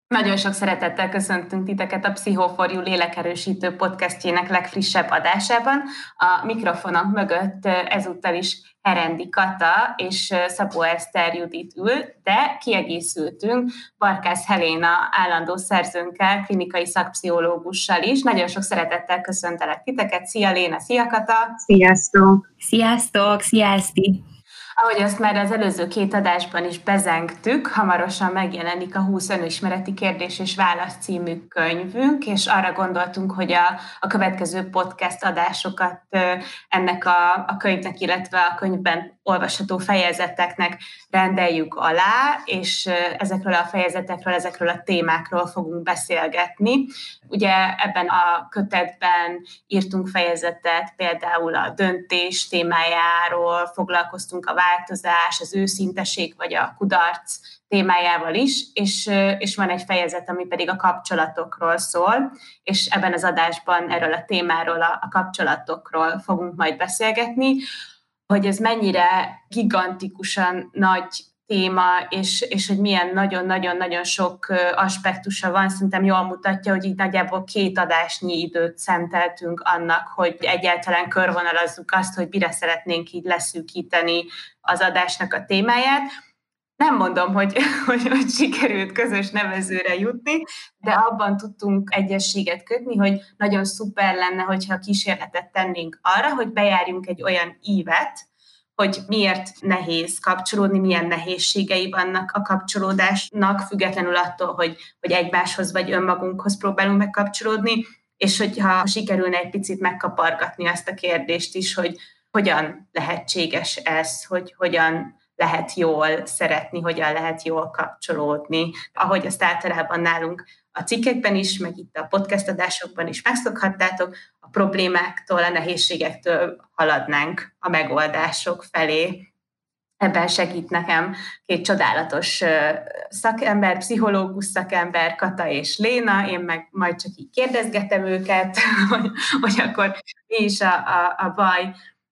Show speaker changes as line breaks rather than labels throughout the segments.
Nagyon sok szeretettel köszöntünk titeket a Pszicho4U lélekerősítő podcastjének legfrissebb adásában. A mikrofonok mögött ezúttal is Herendi Kata és Szabó Eszter Judit ül, de kiegészültünk Barkász Heléna állandó szerzőnkkel, klinikai szakpszichológussal is. Nagyon sok szeretettel köszöntelek titeket. Szia Léna, szia Kata!
Sziasztok!
Sziasztok! Szia Eszti!
Ahogy azt már az előző 2 adásban is bezengtük, hamarosan megjelenik a 20 önismereti kérdés és válasz című könyvünk, és arra gondoltunk, hogy a következő podcast adásokat ennek a könyvnek, illetve a könyvben olvasható fejezeteknek rendeljük alá, és ezekről a fejezetekről, ezekről a témákról fogunk beszélgetni. Ugye ebben a kötetben írtunk fejezetet például a döntés témájáról, foglalkoztunk a változás, az őszinteség vagy a kudarc témájával is, és van egy fejezet, ami pedig a kapcsolatokról szól, és ebben az adásban erről a témáról, a kapcsolatokról fogunk majd beszélgetni, hogy ez mennyire gigantikusan nagy téma, és hogy milyen nagyon-nagyon-nagyon sok aspektusa van, szerintem jól mutatja, hogy így nagyjából 2 adásnyi időt szenteltünk annak, hogy egyáltalán körvonalazzuk azt, hogy mire szeretnénk így leszűkíteni az adásnak a témáját. Nem mondom, hogy sikerült közös nevezőre jutni, de abban tudtunk egyességet kötni, hogy nagyon szuper lenne, hogyha kísérletet tennénk arra, hogy bejárjunk egy olyan ívet, hogy miért nehéz kapcsolódni, milyen nehézségei vannak a kapcsolódásnak, függetlenül attól, hogy egymáshoz vagy önmagunkhoz próbálunk megkapcsolódni, és hogyha sikerülne egy picit megkapargatni azt a kérdést is, hogy hogyan lehetséges ez, hogy hogyan lehet jól szeretni, hogyan lehet jól kapcsolódni. Ahogy azt általában nálunk a cikkekben is, meg itt a podcast adásokban is megszokhattátok, a problémáktól, a nehézségektől haladnánk a megoldások felé. Ebben segít nekem 2 csodálatos szakember, pszichológus szakember, Kata és Léna, én meg majd csak így kérdezgetem őket, hogy akkor mi is a baj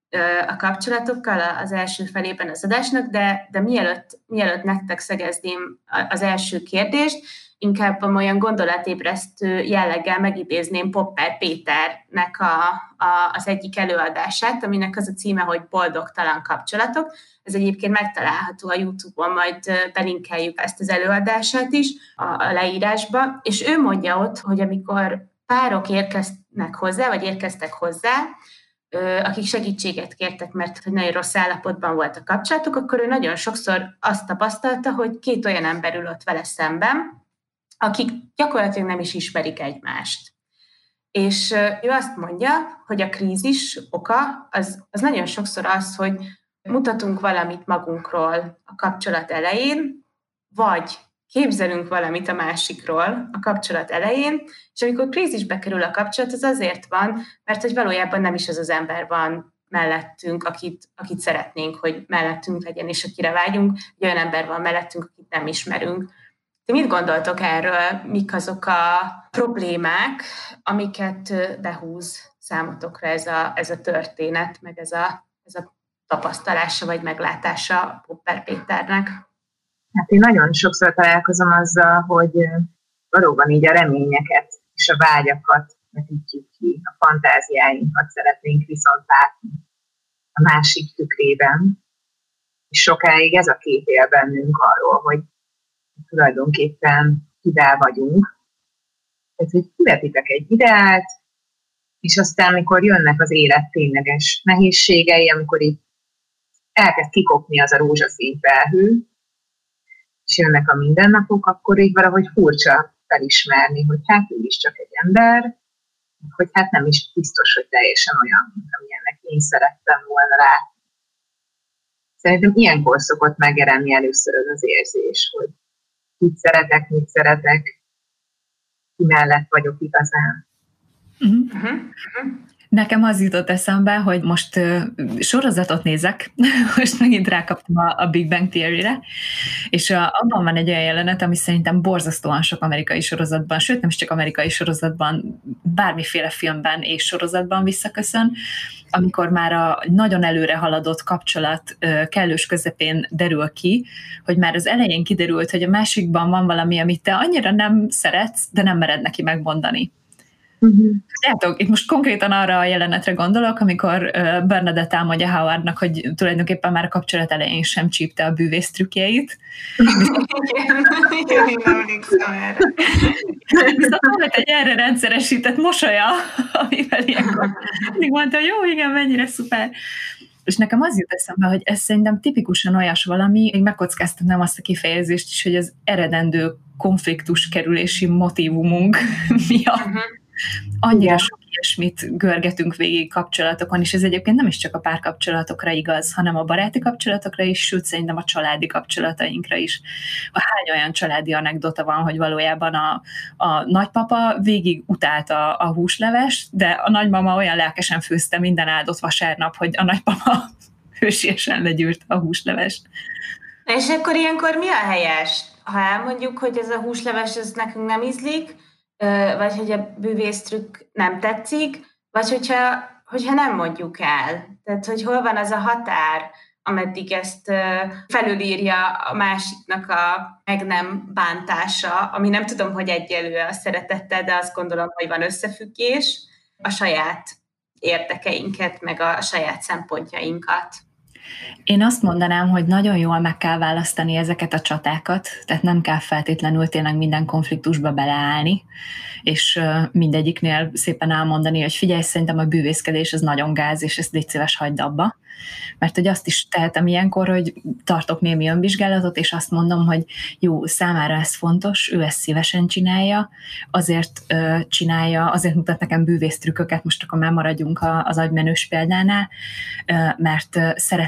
a kapcsolatokkal az első felében az adásnak, de mielőtt nektek szegezném az első kérdést, inkább olyan gondolatébresztő jelleggel megidézném Popper Péternek az egyik előadását, aminek az a címe, hogy Boldogtalan kapcsolatok. Ez egyébként megtalálható a YouTube-on, majd belinkeljük ezt az előadását is a leírásba, és ő mondja ott, hogy amikor párok érkeznek hozzá, vagy érkeztek hozzá, akik segítséget kértek, mert hogy nagyon rossz állapotban volt a kapcsolatuk, akkor ő nagyon sokszor azt tapasztalta, hogy 2 olyan ember ül ott vele szemben, akik gyakorlatilag nem is ismerik egymást. És ő azt mondja, hogy a krízis oka az nagyon sokszor az, hogy mutatunk valamit magunkról a kapcsolat elején, vagy képzelünk valamit a másikról a kapcsolat elején, és amikor krízisbe kerül a kapcsolat, az azért van, mert hogy valójában nem is az az ember van mellettünk, akit szeretnénk, hogy mellettünk legyen, és akire vágyunk, egy olyan ember van mellettünk, akit nem ismerünk. Ti mit gondoltok erről? Mik azok a problémák, amiket behúz számotokra ez a történet, meg ez a tapasztalása vagy meglátása Popper Péternek?
Hát én nagyon sokszor találkozom azzal, hogy valóban így a reményeket és a vágyakat vetítjük ki, a fantáziáinkat szeretnénk viszont látni a másik tükrében. És sokáig ez a kép él bennünk arról, hogy tulajdonképpen ideál vagyunk. Tehát, hogy kivetitek egy ideált, és aztán, amikor jönnek az élet tényleges nehézségei, amikor így elkezd kikopni az a rózsaszín felhő, és jönnek a mindennapok, akkor így valahogy furcsa felismerni, hogy hát ő is csak egy ember, hogy hát nem is biztos, hogy teljesen olyan, mint amilyennek én szerettem volna látni. Szerintem ilyenkor szokott megjelenni először az érzés, hogy mit szeretek, ki mellett vagyok igazán.
Nekem az jutott eszembe, hogy most sorozatot nézek, most megint rákaptam a Big Bang Theory-re, és abban van egy olyan jelenet, ami szerintem borzasztóan sok amerikai sorozatban, sőt nem csak amerikai sorozatban bármiféle filmben és sorozatban visszaköszön, amikor már a nagyon előre haladott kapcsolat kellős közepén derül ki, hogy már az elején kiderült, hogy a másikban van valami, amit te annyira nem szeretsz, de nem mered neki megmondani. Látok, itt most konkrétan arra a jelenetre gondolok, amikor Bernadette elmondja Howardnak, hogy tulajdonképpen már a kapcsolat elején sem csípte a bűvész trükkjeit. Viszont volt egy erre rendszeresített mosolya, amivel ilyenkor mindig mondta, hogy jó, igen, mennyire szuper. És nekem az jut eszembe, hogy ez szerintem tipikusan olyas valami, még megkockáztatnám azt a kifejezést is, hogy az eredendő konfliktus kerülési motívumunk miatt annyira sok ilyesmit görgetünk végig kapcsolatokon, és ez egyébként nem is csak a párkapcsolatokra igaz, hanem a baráti kapcsolatokra is, sőt szerintem a családi kapcsolatainkra is. Hány olyan családi anekdota van, hogy valójában a nagypapa végig utálta a húslevest, de a nagymama olyan lelkesen főzte minden áldott vasárnap, hogy a nagypapa hősiesen legyűrte a húslevest.
És akkor ilyenkor mi a helyes? Ha elmondjuk, hogy ez a húsleves ez nekünk nem ízlik, vagy hogy a bűvésztrükk nem tetszik, vagy hogyha nem mondjuk el. Tehát, hogy hol van az a határ, ameddig ezt felülírja a másiknak a meg nem bántása, ami nem tudom, hogy egyenlő a szeretettel, de azt gondolom, hogy van összefüggés, a saját érdekeinket, meg a saját szempontjainkat.
Én azt mondanám, hogy nagyon jól meg kell választani ezeket a csatákat, tehát nem kell feltétlenül tényleg minden konfliktusba beleállni, és mindegyiknél szépen elmondani, hogy figyelj, szerintem a bűvészkedés az nagyon gáz, és ezt légy szíves, hagyd abba. Mert hogy azt is tehetem ilyenkor, hogy tartok némi önvizsgálatot, és azt mondom, hogy jó, számára ez fontos, ő ezt szívesen csinálja, azért csinálja, azért mutat nekem bűvésztrükköket, most akkor már maradjunk az agymenős példánál, mert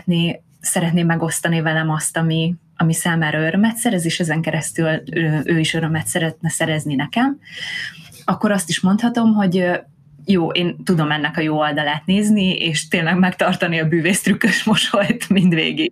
szeretné megosztani velem azt, ami számára örömet szerez, és ezen keresztül ő is örömet szeretne szerezni nekem. Akkor azt is mondhatom, hogy jó, én tudom ennek a jó oldalát nézni, és tényleg megtartani a bűvésztrükkös mosolyt mindvégig.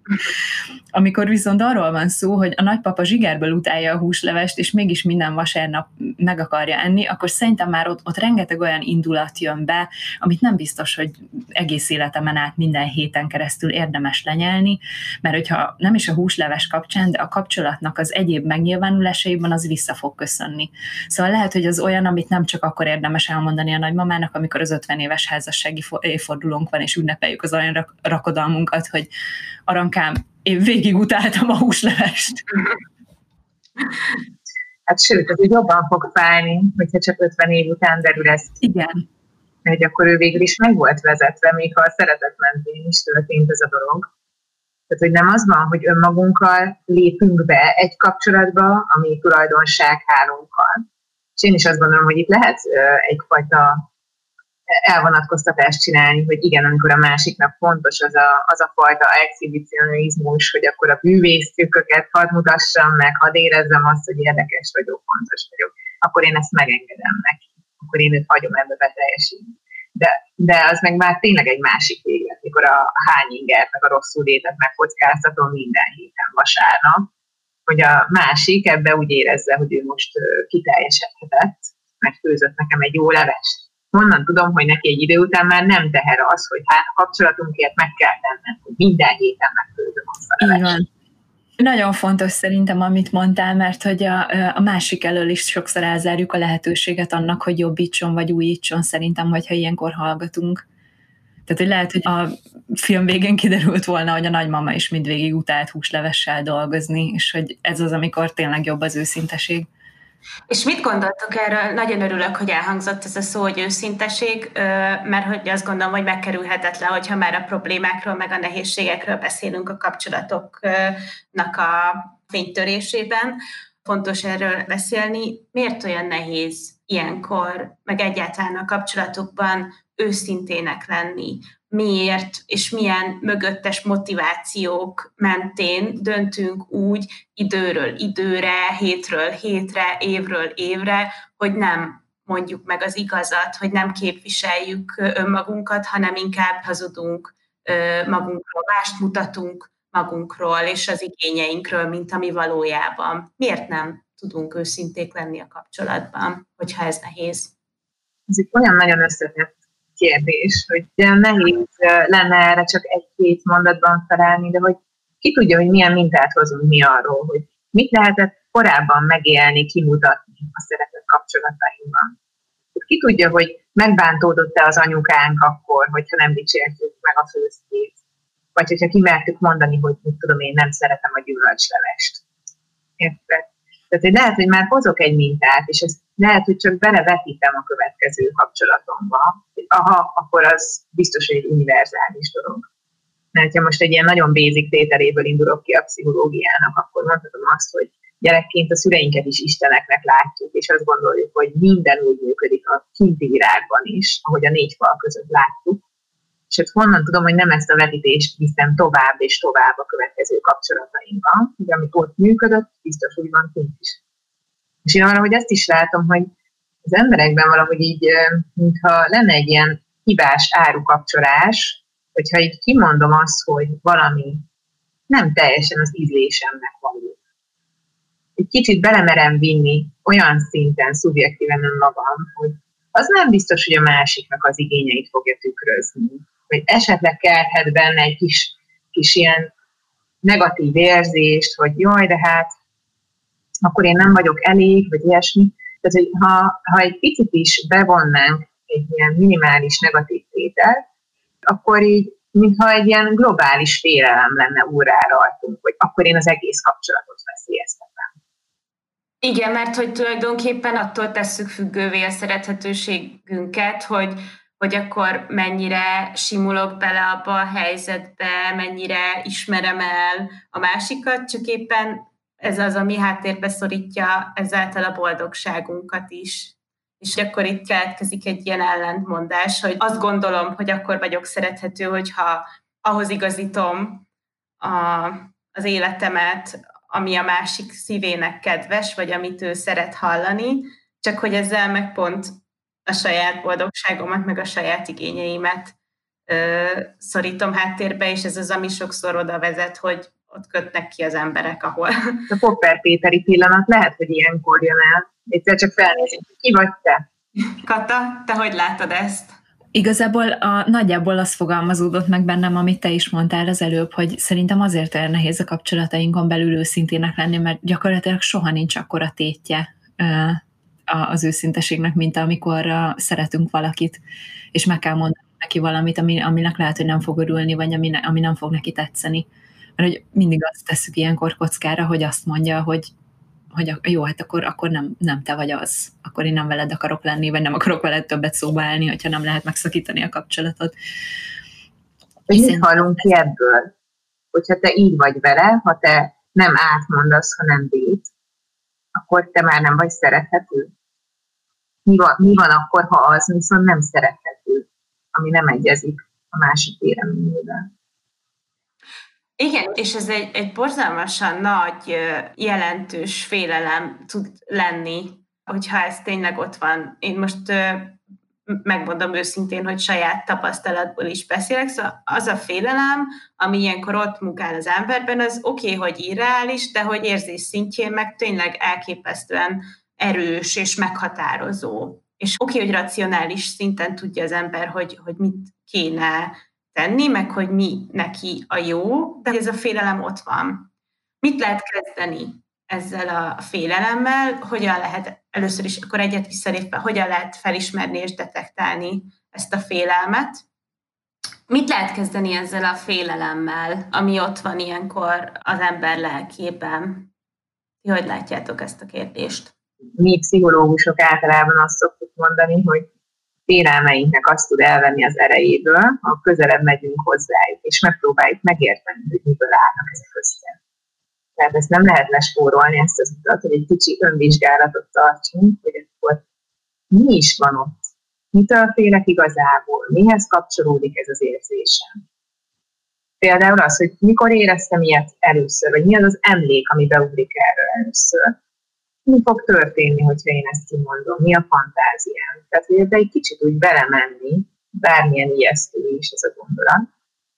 Amikor viszont arról van szó, hogy a nagypapa zsigerből utálja a húslevest, és mégis minden vasárnap meg akarja enni, akkor szerintem már ott rengeteg olyan indulat jön be, amit nem biztos, hogy egész életemen át minden héten keresztül érdemes lenyelni, mert hogyha nem is a húsleves kapcsán, de a kapcsolatnak az egyéb megnyilvánulásaiban az vissza fog köszönni. Szóval lehet, hogy az olyan, amit nem csak akkor érdemes elmondani a nagymamának, amikor az 50 éves házassági évfordulónk van, és ünnepeljük az aranyrakodalmunkat, hogy Arankám, én végig utáltam a húslevest.
Hát sőt, az úgy jobban fog fájni, hogyha csak 50 év után derül ezt.
Igen.
Hogy akkor ő végül is meg volt vezetve, még ha a szeretet mentén is történt ez a dolog. Tehát, hogy nem az van, hogy önmagunkkal lépünk be egy kapcsolatba, ami tulajdonsághálunkkal. És én is azt gondolom, hogy itt lehet egyfajta elvonatkoztatást csinálni, hogy igen, amikor a másiknak fontos az a fajta exhibicionizmus, hogy akkor a bűvésztrükköket hadd mutassam meg, hadd érezzem azt, hogy érdekes vagyok, fontos vagyok, akkor én ezt megengedem neki, akkor én őt hagyom ebbe beteljesíteni. De az meg már tényleg egy másik véglet, mikor a hányingert, meg a rosszul létet megkockáztatom minden héten vasárnap, hogy a másik ebbe úgy érezze, hogy ő most kiteljesedhetett, mert főzött nekem egy jó levest. Honnan tudom, hogy neki egy idő után már nem teher az, hogy hát a kapcsolatunkért meg kell tennem, hogy minden héten megfőzöm azt a levest.
Igen. Nagyon fontos szerintem, amit mondtál, mert hogy a másik elől is sokszor elzárjuk a lehetőséget annak, hogy jobbítson vagy újítson szerintem, hogyha ilyenkor hallgatunk. Tehát, hogy lehet, hogy a film végén kiderült volna, hogy a nagymama is mindvégig utált húslevessel dolgozni, és hogy ez az, amikor tényleg jobb az őszinteség.
És mit gondoltok erről? Nagyon örülök, hogy elhangzott ez a szó, hogy őszinteség, mert hogy azt gondolom, hogy megkerülhetetlen, hogyha már a problémákról, meg a nehézségekről beszélünk a kapcsolatoknak a fénytörésében. Fontos erről beszélni. Miért olyan nehéz ilyenkor, meg egyáltalán a kapcsolatokban őszintének lenni? Miért és milyen mögöttes motivációk mentén döntünk úgy időről időre, hétről hétre, évről évre, hogy nem mondjuk meg az igazat, hogy nem képviseljük önmagunkat, hanem inkább hazudunk magunkról, mást mutatunk magunkról és az igényeinkről, mint ami valójában. Miért nem tudunk őszinték lenni a kapcsolatban, hogyha ez nehéz?
Ez egy olyan nagyon összetett kérdés, hogy nehéz lenne erre csak egy-két mondatban felállni, de hogy ki tudja, hogy milyen mintát hozunk mi arról, hogy mit lehetett korábban megélni, kimutatni a szeretett kapcsolatainkban. Ki tudja, hogy megbántódott-e az anyukánk akkor, hogyha nem dicsértük meg a főzdét, vagy hogyha kimertük mondani, hogy mit tudom én, nem szeretem a gyümölcslevest. Érted? Tehát hogy lehet, hogy már hozok egy mintát, és ezt lehet, hogy csak belevetítem a következő kapcsolatomba. Aha, akkor az biztos, hogy egy univerzális dolog. Mert ha most egy ilyen nagyon basic tételéből indulok ki a pszichológiának, akkor mondhatom azt, hogy gyerekként a szüleinket is isteneknek látjuk, és azt gondoljuk, hogy minden úgy működik a kinti világban is, ahogy a 4 fal között láttuk. És hát honnan tudom, hogy nem ezt a vetítést viszem tovább és tovább a következő kapcsolatainkban, hogy amit ott működött, biztos úgy van kint is. És én arra, hogy ezt is látom, hogy az emberekben valahogy így, mintha lenne egy ilyen hibás árukapcsolás, hogyha így kimondom azt, hogy valami nem teljesen az ízlésemnek való. Egy kicsit belemerem vinni olyan szinten szubjektíven önmagam, hogy az nem biztos, hogy a másiknak az igényeit fogja tükrözni. Vagy esetleg kelthet benne egy kis ilyen negatív érzést, hogy jaj, de hát akkor én nem vagyok elég, vagy ilyesmi. Tehát, hogy ha egy picit is bevonnánk egy ilyen minimális negatív tételt, akkor így, mintha egy ilyen globális félelem lenne úrrá rajtunk, hogy akkor én az egész kapcsolatot veszélyeztetem.
Igen, mert hogy tulajdonképpen attól tesszük függővé a szerethetőségünket, hogy akkor mennyire simulok bele abba a helyzetbe, mennyire ismerem el a másikat, csak éppen ez az, ami háttérbe szorítja ezáltal a boldogságunkat is. És akkor itt keletkezik egy ilyen ellentmondás, hogy azt gondolom, hogy akkor vagyok szerethető, hogyha ahhoz igazítom az életemet, ami a másik szívének kedves, vagy amit ő szeret hallani, csak hogy ezzel meg pont a saját boldogságomat, meg a saját igényeimet szorítom háttérbe, és ez az, ami sokszor oda vezet, hogy ott kötnek ki az emberek, ahol...
A Popper Péteri pillanat lehet, hogy ilyenkor jön el. Egyszer csak felnézünk, ki vagy te?
Kata, te hogy látod ezt?
Igazából nagyjából az fogalmazódott meg bennem, amit te is mondtál az előbb, hogy szerintem azért olyan nehéz a kapcsolatainkon belül őszintének lenni, mert gyakorlatilag soha nincs akkora tétje az őszinteségnek, mint amikor szeretünk valakit, és meg kell mondani neki valamit, aminek lehet, hogy nem fog örülni, vagy ami nem fog neki tetszeni. Mert hogy mindig azt tesszük ilyenkor kockára, hogy azt mondja, hogy jó, hát akkor nem te vagy az. Akkor én nem veled akarok lenni, vagy nem akarok veled többet szóba állni, hogyha nem lehet megszakítani a kapcsolatot.
Mit hallunk ki ebből? Hogyha te így vagy vele, ha te nem átmondasz, hanem vét, akkor te már nem vagy szerethető. Mi van akkor, ha az viszont nem szerethető, ami nem egyezik a másik véleményével?
Igen, és ez egy borzalmasan nagy, jelentős félelem tud lenni, hogyha ez tényleg ott van. Én most megmondom őszintén, hogy saját tapasztalatból is beszélek, szóval az a félelem, ami ilyenkor ott munkál az emberben, az oké, hogy irreális, de hogy érzés szintjén meg tényleg elképesztően erős és meghatározó. És oké, hogy racionális szinten tudja az ember, hogy mit kéne tenni, meg hogy mi neki a jó, de ez a félelem ott van. Mit lehet kezdeni ezzel a félelemmel? Hogyan lehet, először is akkor egyet visszalépve, hogyan lehet felismerni és detektálni ezt a félelmet? Mit lehet kezdeni ezzel a félelemmel, ami ott van ilyenkor az ember lelkében? Ti hogy látjátok ezt a kérdést?
Mi pszichológusok általában azt szoktuk mondani, hogy félelmeinknek azt tud elvenni az erejéből, ha közelebb megyünk hozzájuk, és megpróbáljuk megérteni, hogy miből állnak ezek össze. Tehát ezt nem lehet lespórolni, ezt az utat, hogy egy kicsi önvizsgálatot tartsunk, hogy akkor mi is van ott, mitől félek igazából, mihez kapcsolódik ez az érzésem. Például az, hogy mikor éreztem ilyet először, vagy mi az az emlék, ami beugrik erről először. Mi fog történni, hogyha én ezt kimondom? Mi a fantáziám? Tehát, hogy ebbe egy kicsit úgy belemenni, bármilyen ijesztő is ez a gondolat,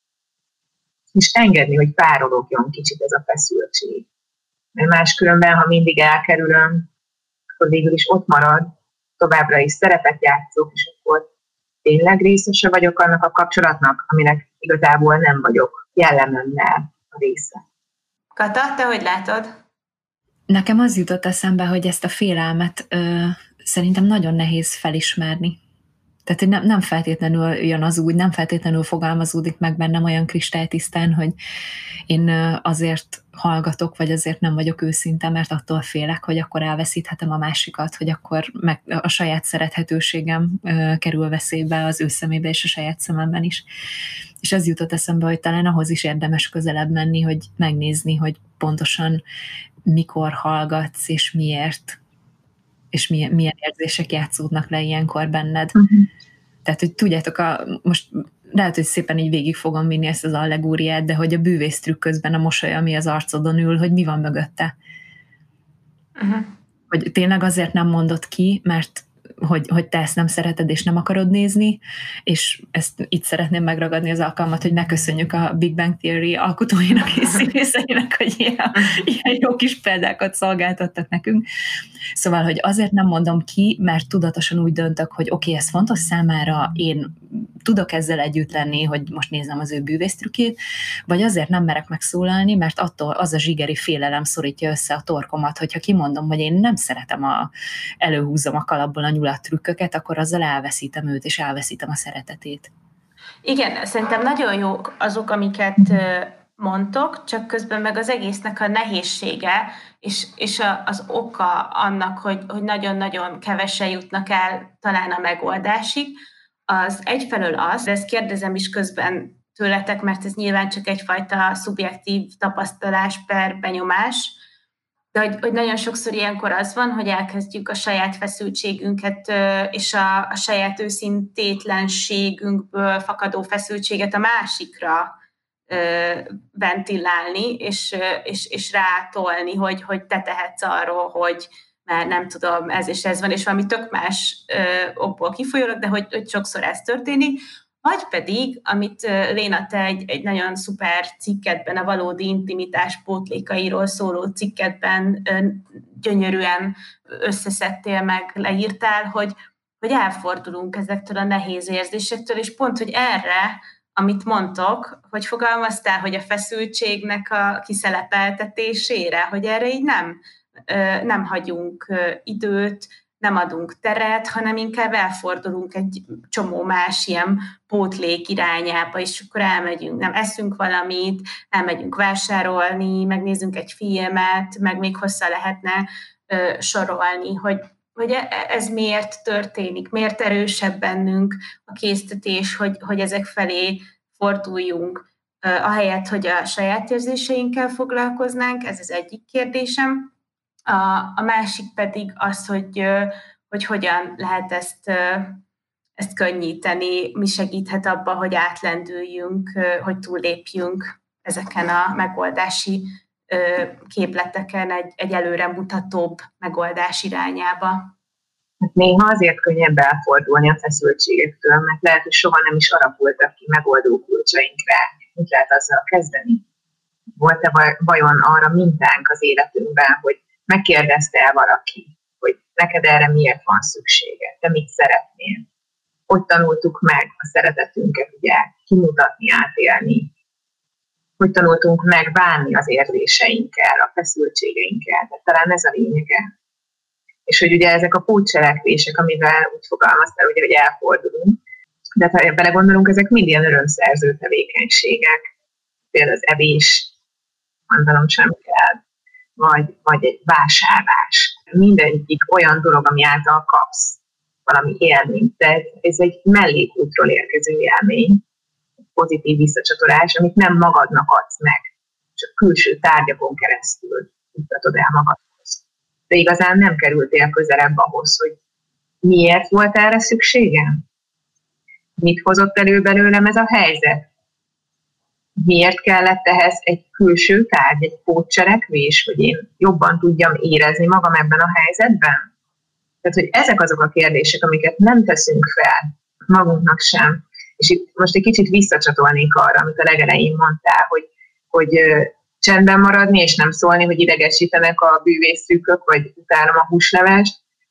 és engedni, hogy párologjon kicsit ez a feszültség. Mert máskülönben, ha mindig elkerülöm, akkor végül is ott marad, továbbra is szerepet játszok, és akkor tényleg részese vagyok annak a kapcsolatnak, aminek igazából nem vagyok jellememmel a része.
Kata, te hogy látod?
Nekem az jutott eszembe, hogy ezt a félelmet szerintem nagyon nehéz felismerni. Tehát nem feltétlenül jön az úgy, nem feltétlenül fogalmazódik meg bennem olyan kristálytisztán, hogy én azért hallgatok, vagy azért nem vagyok őszinte, mert attól félek, hogy akkor elveszíthetem a másikat, hogy akkor meg a saját szerethetőségem kerül veszélybe az ő szemébe és a saját szememben is. És ez jutott eszembe, hogy talán ahhoz is érdemes közelebb menni, hogy megnézni, hogy pontosan mikor hallgatsz, és miért, és milyen érzések játszódnak le ilyenkor benned. Tehát, hogy tudjátok, most lehet, hogy szépen így végig fogom vinni ezt az allegóriát, de hogy a bűvész trükközben a mosoly, ami az arcodon ül, hogy mi van mögötte. Hogy tényleg azért nem mondod ki, mert hogy te ezt nem szereted és nem akarod nézni, és ezt itt szeretném megragadni az alkalmat, hogy megköszönjük a Big Bang Theory alkotóinak és színészeinek, hogy ilyen jó kis példákat szolgáltattak nekünk. Szóval, hogy azért nem mondom ki, mert tudatosan úgy döntök, hogy oké, ez fontos számára, én tudok ezzel együtt lenni, hogy most nézem az ő bűvésztrükkét, vagy azért nem merek megszólalni, mert attól az a zsigeri félelem szorítja össze a torkomat, hogyha kimondom, hogy én nem szeretem, előhúzom a kalapból a nyulattrükköket, akkor azzal elveszítem őt, és elveszítem a szeretetét.
Igen, szerintem nagyon jók azok, amiket mondtok, csak közben meg az egésznek a nehézsége, és az oka annak, hogy nagyon-nagyon kevesen jutnak el talán a megoldásig, az egyfelől az, de ezt kérdezem is közben tőletek, mert ez nyilván csak egyfajta szubjektív tapasztalás per benyomás, de hogy nagyon sokszor ilyenkor az van, hogy elkezdjük a saját feszültségünket és a saját őszintétlenségünkből fakadó feszültséget a másikra ventilálni, és rátolni, hogy te tehetsz arról, hogy mert nem tudom, ez és ez van, és valami tök más okból kifolyólag, de hogy sokszor ez történik. Vagy pedig, amit Léna, te egy nagyon szuper cikketben, a valódi intimitás pótlékairól szóló cikketben gyönyörűen összeszedtél meg, leírtál, hogy elfordulunk ezektől a nehéz érzésektől, és pont, hogy erre, amit mondtok, hogy fogalmaztál, hogy a feszültségnek a kiszelepeltetésére, hogy erre így nem hagyunk időt, nem adunk teret, hanem inkább elfordulunk egy csomó más ilyen pótlék irányába, és akkor elmegyünk, nem eszünk valamit, elmegyünk vásárolni, megnézzünk egy filmet, meg még hosszá lehetne sorolni, hogy ez miért történik, miért erősebb bennünk a késztetés, hogy ezek felé forduljunk, ahelyett, hogy a saját érzéseinkkel foglalkoznánk, ez az egyik kérdésem. A másik pedig az, hogy hogyan lehet ezt könnyíteni, mi segíthet abba, hogy átlendüljünk, hogy túllépjünk ezeken a megoldási képleteken egy előremutatóbb megoldás irányába.
Néha azért könnyebb elfordulni a feszültségektől, mert lehet, hogy soha nem is alakultak ki megoldó kulcsaink rá. Mit lehet azzal kezdeni? Volt-e vajon arra mintánk az életünkben, hogy megkérdezte el valaki, hogy neked erre miért van szüksége, te mit szeretnél? Hogy tanultuk meg a szeretetünket, ugye, kimutatni, átélni? Hogy tanultunk meg bánni az érzéseinkkel, a feszültségeinkkel? Tehát talán ez a lényege. És hogy ugye ezek a pótcselekvések, amivel úgy fogalmaztál, ugye, hogy elfordulunk, de ha belegondolunk, ezek mind ilyen örömszerző tevékenységek. Például az evés, mondalom sem kell, vagy egy vásárlás. Mindegyik olyan dolog, ami által kapsz valami élményt, de ez egy mellékútról érkező élmény, pozitív visszacsatolás, amit nem magadnak adsz meg, csak külső tárgyakon keresztül juttatod el magadhoz. De igazán nem kerültél közelebb ahhoz, hogy miért volt erre szükségem? Mit hozott elő belőlem ez a helyzet? Miért kellett ehhez egy külső tárgy, egy pótcselekvés, hogy én jobban tudjam érezni magam ebben a helyzetben? Tehát, hogy ezek azok a kérdések, amiket nem teszünk fel magunknak sem. És itt most egy kicsit visszacsatolnék arra, amit a legelején mondtál, hogy csendben maradni és nem szólni, hogy idegesítenek a bűvésztrükkök, vagy utálom a húslevest.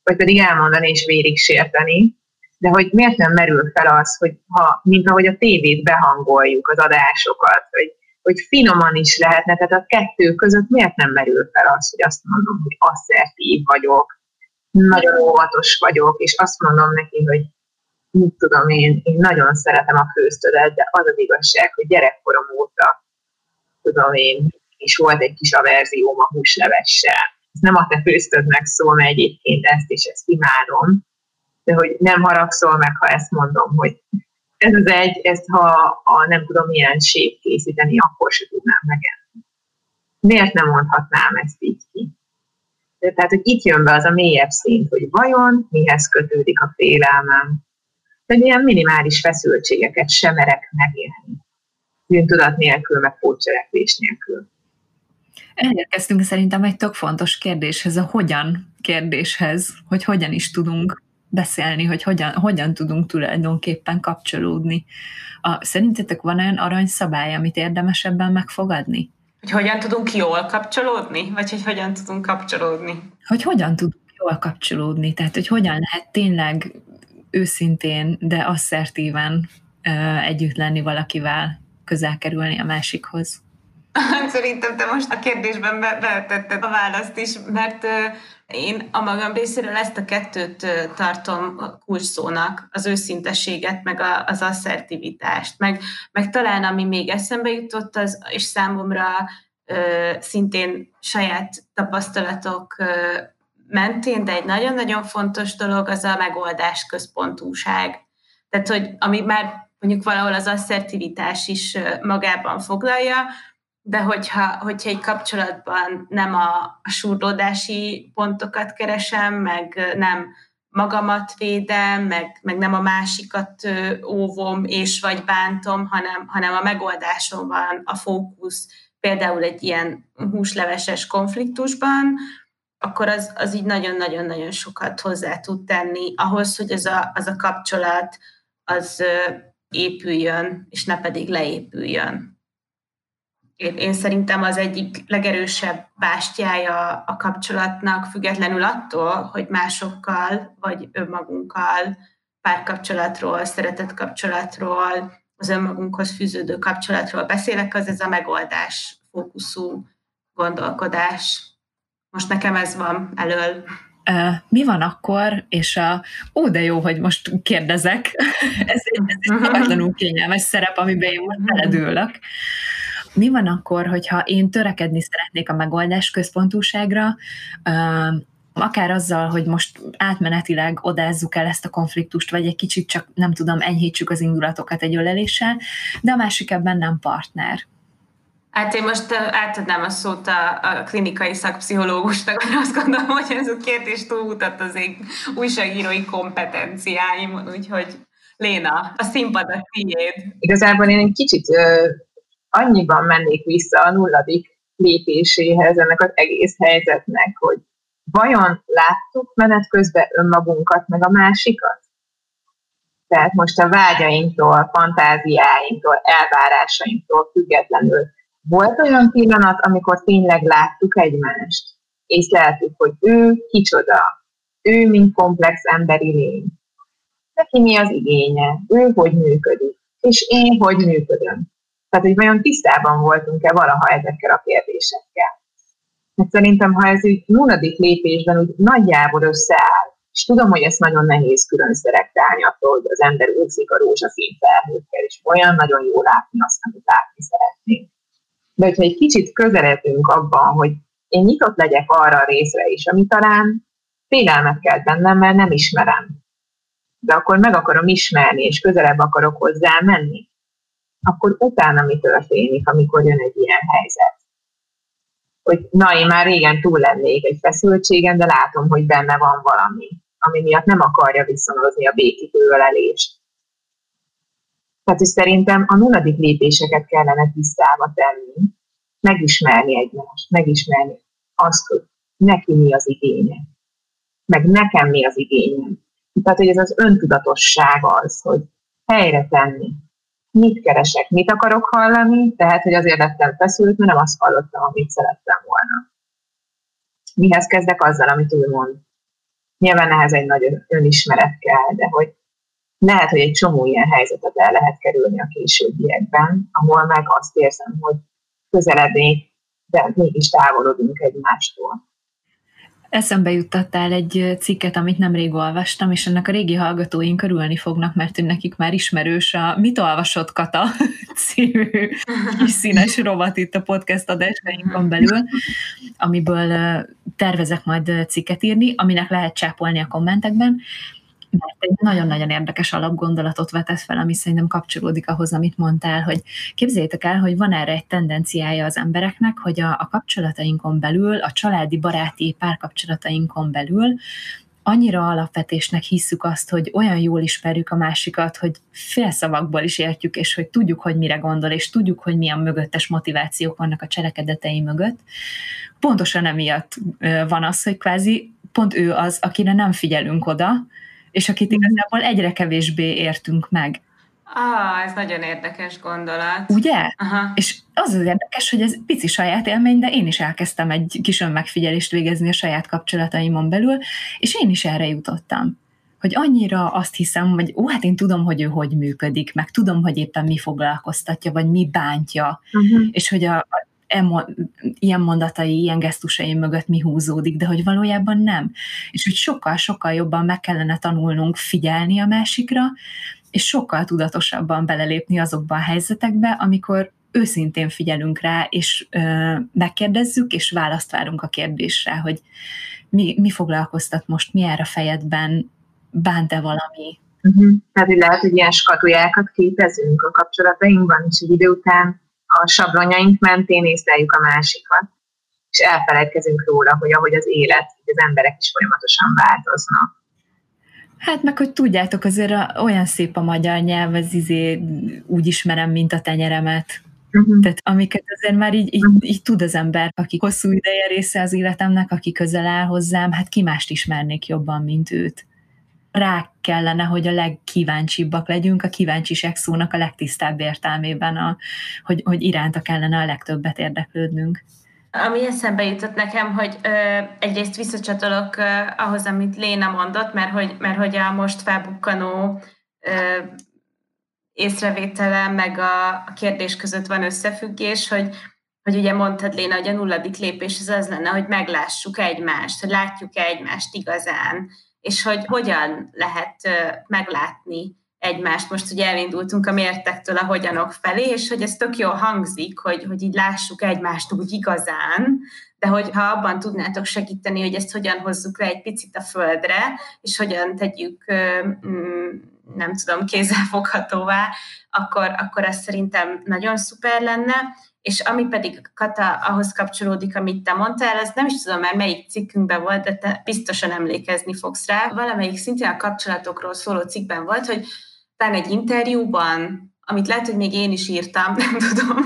vagy pedig elmondani és vérig sérteni, de hogy miért nem merül fel az, hogy mint ahogy a tévét behangoljuk az adásokat, hogy finoman is lehetne, tehát a kettő között miért nem merül fel az, hogy azt mondom, hogy asszertív vagyok, nagyon óvatos vagyok, és azt mondom neki, hogy mit tudom én nagyon szeretem a főztödet, de az az igazság, hogy gyerekkorom óta, tudom én, és volt egy kis averzióm a húslevessel. Ez nem a te főztödnek szól, mert egyébként ezt és ezt imádom, de hogy nem haragszol meg, ha ezt mondom, hogy ez az ezt ha nem tudom milyen sét készíteni, akkor se tudnám megenni. Miért nem mondhatnám ezt így ki? Tehát, hogy itt jön be az a mélyebb szint, hogy vajon mihez kötődik a félelmem. Tehát ilyen minimális feszültségeket sem merek megélni. Bűntudat nélkül, meg pótcselekvés nélkül.
Elérkeztünk szerintem egy tök fontos kérdéshez, a hogyan kérdéshez, hogy hogyan is tudunk beszélni, hogy hogyan tudunk tulajdonképpen kapcsolódni. Szerintetek van olyan aranyszabály, amit érdemes ebben megfogadni?
Hogy hogyan tudunk jól kapcsolódni? Vagy hogy hogyan tudunk kapcsolódni?
Hogy hogyan tudunk jól kapcsolódni, tehát hogy hogyan lehet tényleg őszintén, de asszertíven együtt lenni valakivel, közel kerülni a másikhoz.
Szerintem te most a kérdésben betetted a választ is, mert én a magam részéről ezt a kettőt tartom kulcsszónak, az őszintességet, meg az asszertivitást, meg talán ami még eszembe jutott, és számomra szintén saját tapasztalatok mentén, de egy nagyon-nagyon fontos dolog az a megoldás központúság. Tehát, hogy ami már mondjuk valahol az asszertivitás is magában foglalja, de hogyha egy kapcsolatban nem a súrlódási pontokat keresem, meg nem magamat védem, meg nem a másikat óvom és vagy bántom, hanem a megoldáson van a fókusz, például egy ilyen húsleveses konfliktusban, akkor az így nagyon-nagyon-nagyon sokat hozzá tud tenni ahhoz, hogy az a kapcsolat az épüljön, és ne pedig leépüljön. Én szerintem az egyik legerősebb bástyája a kapcsolatnak, függetlenül attól, hogy másokkal vagy önmagunkkal, párkapcsolatról, szeretett kapcsolatról, az önmagunkhoz fűződő kapcsolatról beszélek, az ez a megoldás fókuszú gondolkodás. Most nekem ez van elől.
Mi van akkor, és de jó, hogy most kérdezek, ez egy szabadlanul kényelmes szerep, amiben én most beledőlök. Mi van akkor, hogyha én törekedni szeretnék a megoldás központúságra, akár azzal, hogy most átmenetileg odázzuk el ezt a konfliktust, vagy egy kicsit csak, nem tudom, enyhítsük az indulatokat egy öleléssel, de a másik ebben nem partner.
Hát én most átadnám a szót a klinikai szakpszichológusnak, mert azt gondolom, hogy ez a kérdés túlmutat az én újságírói kompetenciáimon, úgyhogy Léna, a színpad a tiéd.
Igazából én egy kicsit annyiban mennék vissza a 0. lépéséhez ennek az egész helyzetnek, hogy vajon láttuk menet közben önmagunkat, meg a másikat? Tehát most a vágyainktól, fantáziáinktól, elvárásainktól függetlenül volt olyan pillanat, amikor tényleg láttuk egymást, észleltük, hogy ő kicsoda, ő mint komplex emberi lény. Neki mi az igénye, ő hogy működik, és én hogy működöm. Tehát, hogy vajon tisztában voltunk-e valaha ezekkel a kérdésekkel. Mert szerintem, ha ez úgy 0. lépésben úgy nagyjából összeáll, és tudom, hogy ezt nagyon nehéz külön szelektálni attól, hogy az ember úszik a rózsaszín felhőkkel, és olyan nagyon jó látni azt, amit látni szeretnénk. De hogyha egy kicsit közeledünk abban, hogy én nyitott legyek arra a részre is, ami talán félelmet kelt bennem, mert nem ismerem. De akkor meg akarom ismerni, és közelebb akarok hozzá menni. Akkor utána mi történik, amikor jön egy ilyen helyzet? Hogy én már régen túl lennék egy feszültségen, de látom, hogy benne van valami, ami miatt nem akarja viszonozni a békítő ölelést. Tehát, hogy szerintem a 0. lépéseket kellene tisztába tenni, megismerni egymást, megismerni azt, hogy neki mi az igénye, meg nekem mi az igényem. Tehát, hogy ez az öntudatosság az, hogy helyre tenni. Mit keresek, mit akarok hallani, tehát, hogy azért lettem feszült, mert nem azt hallottam, amit szerettem volna. Mihez kezdek azzal, amit ő mond? Nyilván ehhez egy nagy önismeret kell, de hogy lehet, hogy egy csomó ilyen helyzetet el lehet kerülni a későbbiekben, ahol meg azt érzem, hogy közeledni, de mégis távolodunk egymástól.
Eszembe juttattál egy cikket, amit nemrég olvastam, és ennek a régi hallgatóink örülni fognak, mert nekik már ismerős a Mit olvasott, Kata című kis színes rovat itt a podcast adásainkon belül, amiből tervezek majd cikket írni, aminek lehet csápolni a kommentekben, mert egy nagyon-nagyon érdekes alapgondolatot vetett fel, ami szerintem kapcsolódik ahhoz, amit mondtál, hogy képzeljétek el, hogy van erre egy tendenciája az embereknek, hogy a kapcsolatainkon belül, a családi, baráti párkapcsolatainkon belül annyira alapvetésnek hisszük azt, hogy olyan jól ismerjük a másikat, hogy félszavakból is értjük, és hogy tudjuk, hogy mire gondol, és tudjuk, hogy milyen mögöttes motivációk vannak a cselekedetei mögött. Pontosan emiatt van az, hogy kvázi pont ő az, akire nem figyelünk oda, és akit igazából egyre kevésbé értünk meg.
Ez nagyon érdekes gondolat.
Ugye?
Aha.
És az érdekes, hogy ez pici saját élmény, de én is elkezdtem egy kis önmegfigyelést végezni a saját kapcsolataimon belül, és én is erre jutottam. Hogy annyira azt hiszem, hogy hát én tudom, hogy ő hogy működik, meg tudom, hogy éppen mi foglalkoztatja, vagy mi bántja, és hogy ilyen mondatai, ilyen gesztusai mögött mi húzódik, de hogy valójában nem. És hogy sokkal-sokkal jobban meg kellene tanulnunk figyelni a másikra, és sokkal tudatosabban belelépni azokba a helyzetekbe, amikor őszintén figyelünk rá, és megkérdezzük, és választ várunk a kérdésre, hogy mi foglalkoztat most, mi jár a fejedben, bánt-e valami?
Tehát lehet, hogy ilyen skatujákat képezünk a kapcsolatainkban, és egy idő után a sablonjaink mentén észleljük a másikat, és elfeledkezünk róla, hogy ahogy az élet, az emberek is folyamatosan változnak.
Hát meg, hogy tudjátok, azért olyan szép a magyar nyelv, az úgy ismerem, mint a tenyeremet. Tehát amiket azért már így tud az ember, aki hosszú ideje része az életemnek, aki közel áll hozzám, hát ki mást ismernék jobban, mint őt. Rá kellene, hogy a legkíváncsibbak legyünk, a kíváncsiság szónak a legtisztább értelmében, hogy iránta kellene a legtöbbet érdeklődnünk.
Ami eszembe jutott nekem, hogy egyrészt visszacsatolok ahhoz, amit Léna mondott, mert hogy a most felbukkanó észrevétele meg a kérdés között van összefüggés, hogy ugye mondtad, Léna, hogy a 0. lépés az lenne, hogy meglássuk egymást, hogy látjuk egymást igazán, és hogy hogyan lehet meglátni egymást. Most ugye elindultunk a miértektől a hogyanok felé, és hogy ez tök jól hangzik, hogy így lássuk egymást úgy igazán, de hogyha abban tudnátok segíteni, hogy ezt hogyan hozzuk le egy picit a földre, és hogyan tegyük, nem tudom, kézzelfoghatóvá, akkor az szerintem nagyon szuper lenne. És ami pedig, Kata, ahhoz kapcsolódik, amit te mondtál, az nem is tudom már melyik cikkünkben volt, de te biztosan emlékezni fogsz rá. Valamelyik szintén a kapcsolatokról szóló cikkben volt, hogy talán egy interjúban, amit lehet, hogy még én is írtam, nem tudom.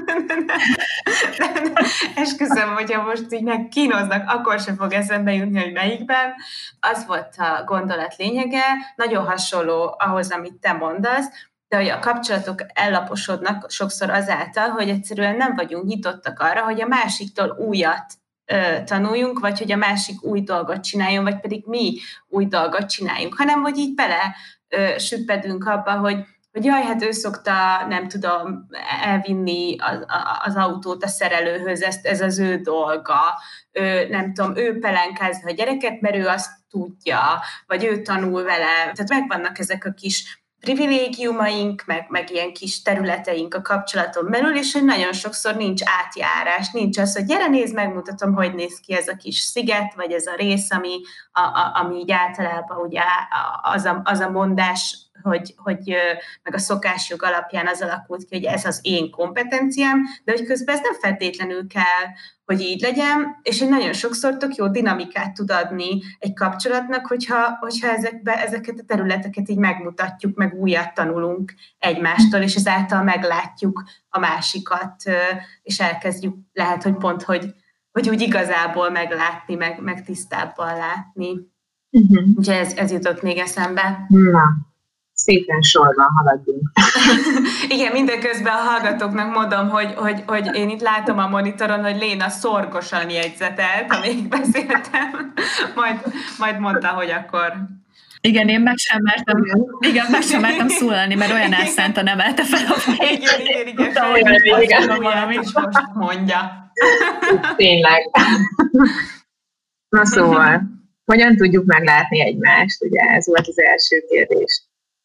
Esküszöm, hogyha most így megkínoznak, akkor sem fog eszembe jutni, hogy melyikben. Az volt a gondolat lényege, nagyon hasonló ahhoz, amit te mondasz, de hogy a kapcsolatok ellaposodnak sokszor azáltal, hogy egyszerűen nem vagyunk nyitottak arra, hogy a másiktól újat tanuljunk, vagy hogy a másik új dolgot csináljon, vagy pedig mi új dolgot csináljunk, hanem hogy így bele süppedünk abba, hogy jaj, hát ő szokta, nem tudom, elvinni az autót a szerelőhöz, ez az ő dolga, nem tudom, ő pelenkázza a gyereket, mert ő azt tudja, vagy ő tanul vele. Tehát megvannak ezek a kis privilégiumaink, meg ilyen kis területeink a kapcsolaton belül, és hogy nagyon sokszor nincs átjárás, nincs az, hogy gyere, nézd, megmutatom, hogy néz ki ez a kis sziget, vagy ez a rész, ami így általában ugye az a mondás, hogy meg a szokásjog alapján az alakult ki, hogy ez az én kompetenciám, de hogy közben ez nem feltétlenül kell, hogy így legyen, és hogy nagyon sokszor tök jó dinamikát tud adni egy kapcsolatnak, hogyha ezeket a területeket így megmutatjuk, meg újat tanulunk egymástól, és ezáltal meglátjuk a másikat, és elkezdjük lehet, hogy pont, hogy úgy igazából meglátni, meg tisztábban látni. Úgyhogy ez jutott még eszembe.
Na, szépen sorban haladjunk.
Igen, mindeközben a hallgatóknak mondom, hogy én itt látom a monitoron, hogy Léna szorgosan jegyzetelt, amíg beszéltem, majd mondta, hogy akkor...
Igen, én meg sem mertem szólalni, mert olyan elszántan emelte fel a fejét.
Igen. Valamit is most mondja.
Tényleg. Na szóval, hogyan tudjuk meglátni egymást? Ugye ez volt az első kérdés.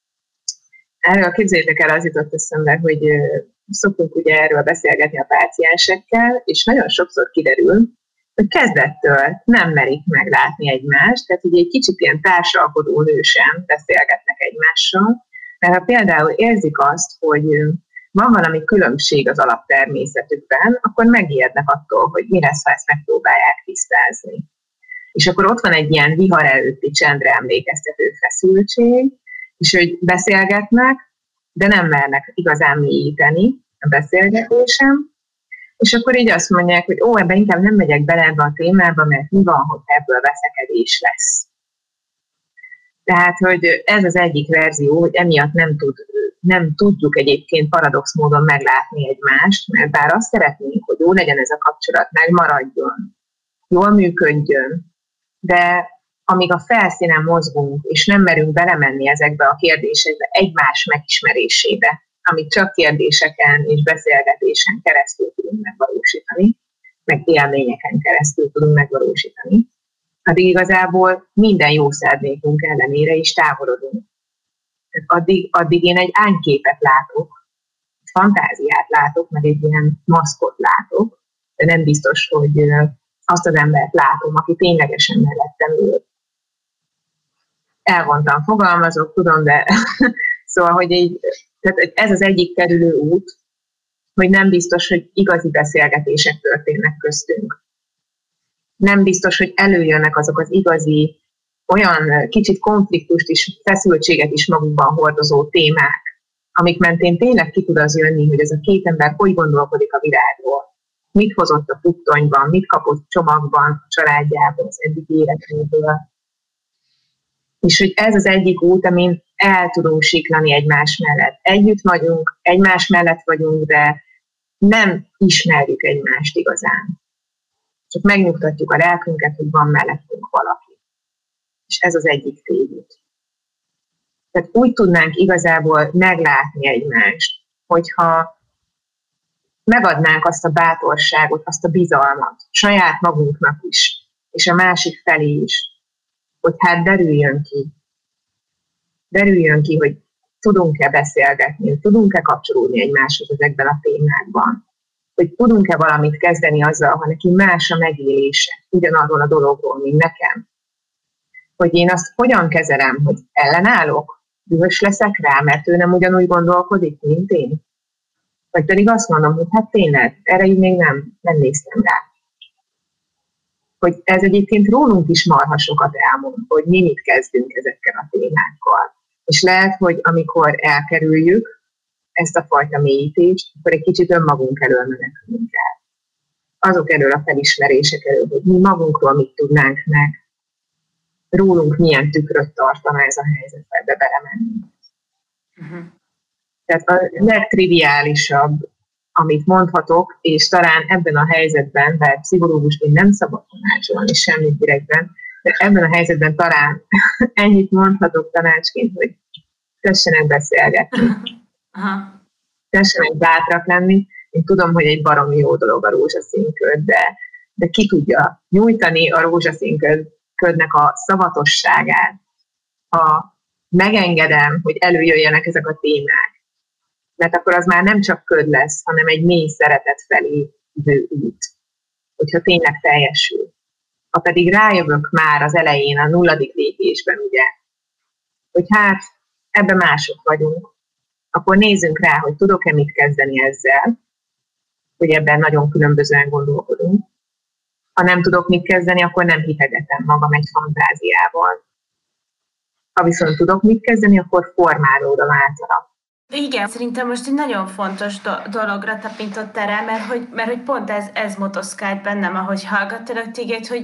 Erről képzeljétek el, az jutott eszembe, hogy szoktunk ugye erről beszélgetni a páciensekkel, és nagyon sokszor kiderül, hogy kezdettől nem merik meglátni egymást, tehát ugye egy kicsit ilyen társalkodó nősen beszélgetnek egymással, mert ha például érzik azt, hogy van valami különbség az alaptermészetükben, akkor megijednek attól, hogy mi lesz, ha ezt megpróbálják tisztázni. És akkor ott van egy ilyen vihar előtti csendre emlékeztető feszültség, és hogy beszélgetnek, de nem mernek igazán mélyíteni a beszélgetésem, és akkor így azt mondják, hogy ebben inkább nem megyek bele ebbe a témába, mert mi van, hogy ebből veszekedés lesz. Tehát, hogy ez az egyik verzió, hogy emiatt nem tudjuk egyébként paradox módon meglátni egymást, mert bár azt szeretnénk, hogy jó legyen ez a kapcsolat, megmaradjon, jól működjön, de amíg a felszínen mozgunk, és nem merünk belemenni ezekbe a kérdésekbe, egymás megismerésébe, amit csak kérdéseken és beszélgetésen keresztül tudunk megvalósítani, meg élményeken keresztül tudunk megvalósítani, addig igazából minden jó szándékunk ellenére is távolodunk. Addig én egy ányképet látok, fantáziát látok, meg egy ilyen maszkot látok, de nem biztos, hogy azt az embert látom, aki ténylegesen mellettem ül. Elvontan fogalmazok, tudom, de szóval, hogy tehát ez az egyik kerülő út, hogy nem biztos, hogy igazi beszélgetések történnek köztünk. Nem biztos, hogy előjönnek azok az igazi, olyan kicsit konfliktust is, feszültséget is magukban hordozó témák, amik mentén tényleg ki tud az jönni, hogy ez a két ember hogy gondolkodik a világról, mit hozott a puttonyban, mit kapott csomagban a családjából, az eddigi életéből. És hogy ez az egyik út, amin el tudunk siklani egymás mellett. Együtt vagyunk, egymás mellett vagyunk, de nem ismerjük egymást igazán. Csak megnyugtatjuk a lelkünket, hogy van mellettünk valaki. És ez az egyik tévút. Tehát úgy tudnánk igazából meglátni egymást, hogyha megadnánk azt a bátorságot, azt a bizalmat saját magunknak is, és a másik felé is, hogy hát derüljön ki, hogy tudunk-e beszélgetni, tudunk-e kapcsolódni egymáshoz ezekben a témákban, hogy tudunk-e valamit kezdeni azzal, ha neki más a megélése ugyanarról a dologról, mint nekem. Hogy én azt hogyan kezelem, hogy ellenállok, dühös leszek rá, mert ő nem ugyanúgy gondolkodik, mint én. Vagy pedig azt mondom, hogy hát tényleg, erre így még nem néztem rá. Hogy ez egyébként rólunk is marha sokat elmond, hogy mi mit kezdünk ezekkel a témákkal. És lehet, hogy amikor elkerüljük ezt a fajta mélyítést, akkor egy kicsit önmagunk elől menekülünk el. Azok elől a felismerések elől, hogy mi magunkról mit tudnánk meg, rólunk milyen tükröt tartana ez a helyzet, ebbe belemenni. Tehát a legtriviálisabb, amit mondhatok, és talán ebben a helyzetben, bár pszichológusként nem szabad tanácsolni semmit direktben, de ebben a helyzetben talán ennyit mondhatok tanácsként, hogy tessenek beszélgetni. Tessenek bátrak lenni. Én tudom, hogy egy baromi jó dolog a rózsaszínköd, de ki tudja nyújtani a rózsaszínködnek a szavatosságát, megengedem, hogy előjöjjenek ezek a témák. Mert akkor az már nem csak köd lesz, hanem egy mély szeretet felé vő út, hogyha tényleg teljesül. Ha pedig rájövök már az elején, a 0. lépésben, ugye, hogy hát ebben mások vagyunk, akkor nézzünk rá, hogy tudok-e mit kezdeni ezzel, hogy ebben nagyon különbözően gondolkodunk. Ha nem tudok mit kezdeni, akkor nem hitegetem magam egy fantáziával. Ha viszont tudok mit kezdeni, akkor formálódom általa.
Igen, szerintem most egy nagyon fontos dologra tapintottál rá, mert hogy pont ez motoszkált bennem, ahogy hallgattalak téged, hogy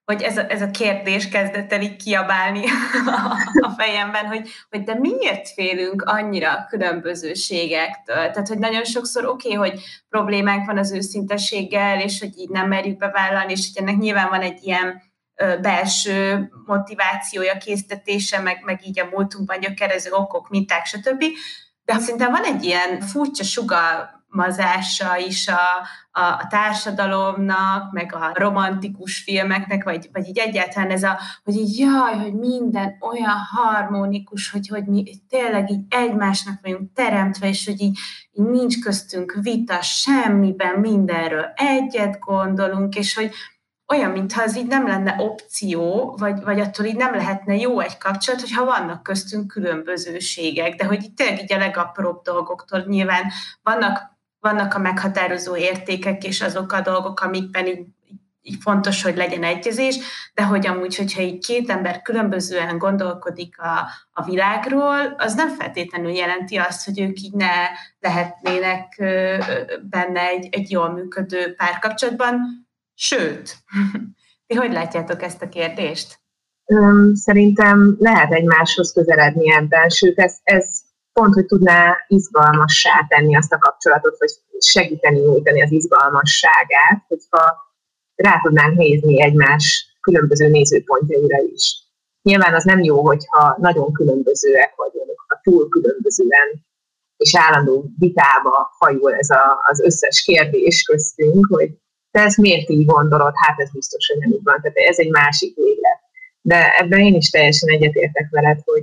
hogy ez a kérdés kezdett el így kiabálni a fejemben, hogy de miért félünk annyira a különbözőségektől? Tehát, hogy nagyon sokszor oké, hogy problémánk van az őszinteséggel, és hogy így nem merjük bevállalni, és hogy ennek nyilván van egy ilyen belső motivációja, késztetése, meg így a múltunkban gyökerező okok, minták, stb. De szerintem van egy ilyen furcsa sugalmazása is a társadalomnak, meg a romantikus filmeknek, vagy így egyáltalán ez hogy így jaj, hogy minden olyan harmonikus, hogy mi tényleg így egymásnak vagyunk teremtve, és hogy így nincs köztünk vita semmiben, mindenről egyet gondolunk, és hogy olyan, mintha az így nem lenne opció, vagy attól így nem lehetne jó egy kapcsolat, hogyha vannak köztünk különbözőségek, de hogy így tényleg így a legapróbb dolgoktól nyilván vannak a meghatározó értékek, és azok a dolgok, amikben így fontos, hogy legyen egyezés, de hogy amúgy, hogyha így két ember különbözően gondolkodik a világról, az nem feltétlenül jelenti azt, hogy ők így ne lehetnének benne egy jól működő párkapcsolatban. Sőt, ti hogy látjátok ezt a kérdést?
Szerintem lehet egymáshoz közeledni ebben, sőt, ez pont, hogy tudná izgalmassá tenni azt a kapcsolatot, vagy segíteni nyújtani az izgalmasságát, hogyha rá tudnánk nézni egymás különböző nézőpontjaira is. Nyilván az nem jó, hogyha nagyon különbözőek vagyunk, ha túl különbözően, és állandó vitába fajul ez az összes kérdés köztünk, hogy te ezt miért így gondolod? Hát ez biztos, hogy nem így van. Tehát ez egy másik véglet. De ebben én is teljesen egyetértek veled, hogy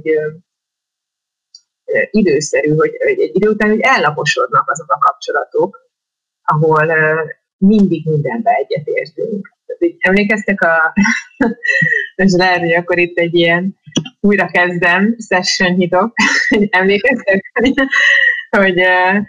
időszerű, hogy egy idő után hogy ellaposodnak azok a kapcsolatok, ahol mindig mindenben egyetértünk. Emlékeztek és lehet, hogy akkor itt egy ilyen újra kezdem, session hitok, emlékeztek, hogy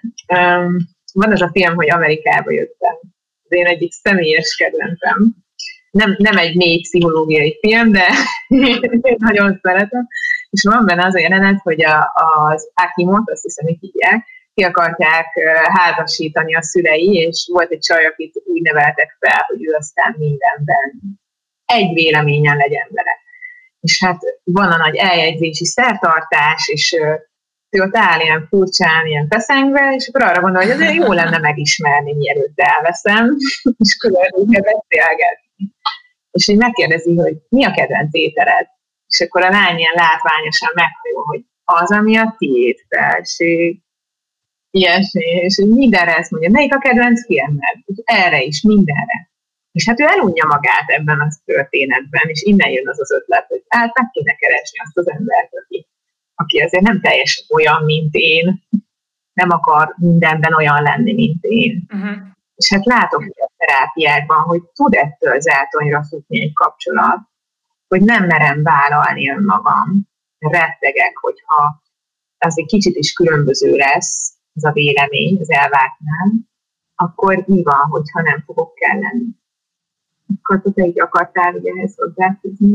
van az a film, hogy Amerikába jöttem. Az én egyik személyes kedvencem. Nem egy mély pszichológiai film, de én nagyon szeretem. És van benne az a jelenet, hogy az Akimot, azt hiszem, hogy hívják, ki akarták házasítani a szülei, és volt egy csaj, akit úgy neveltek fel, hogy ő aztán mindenben egy véleményen legyen vele. És hát van a nagy eljegyzési szertartás, és ő ott áll ilyen furcsán, ilyen feszengve, és akkor arra gondol, hogy azért jó lenne megismerni, mielőtt elveszem, és különböző beszélgetni. És így megkérdezi, hogy mi a kedvenc ételed? És akkor a lány ilyen látványosan meghajol, hogy az, ami a tiéd, felség, ilyesmi, és mindenre ezt mondja, melyik a kedvenc filmed? Erre is, mindenre. És hát ő elunja magát ebben a történetben, és innen jön az ötlet, hogy hát meg kéne keresni azt az embert, aki azért nem teljesen olyan, mint én, nem akar mindenben olyan lenni, mint én. Uh-huh. És hát látok a terápiákban, hogy tud ettől zátonyra futni egy kapcsolat, hogy nem merem vállalni önmagam, rettegek, hogyha az egy kicsit is különböző lesz, ez a vélemény az elvágtnál, akkor mi van, hogyha nem fogok kelleni. Akkor te így akartál ugye ehhez hozzáfűzni?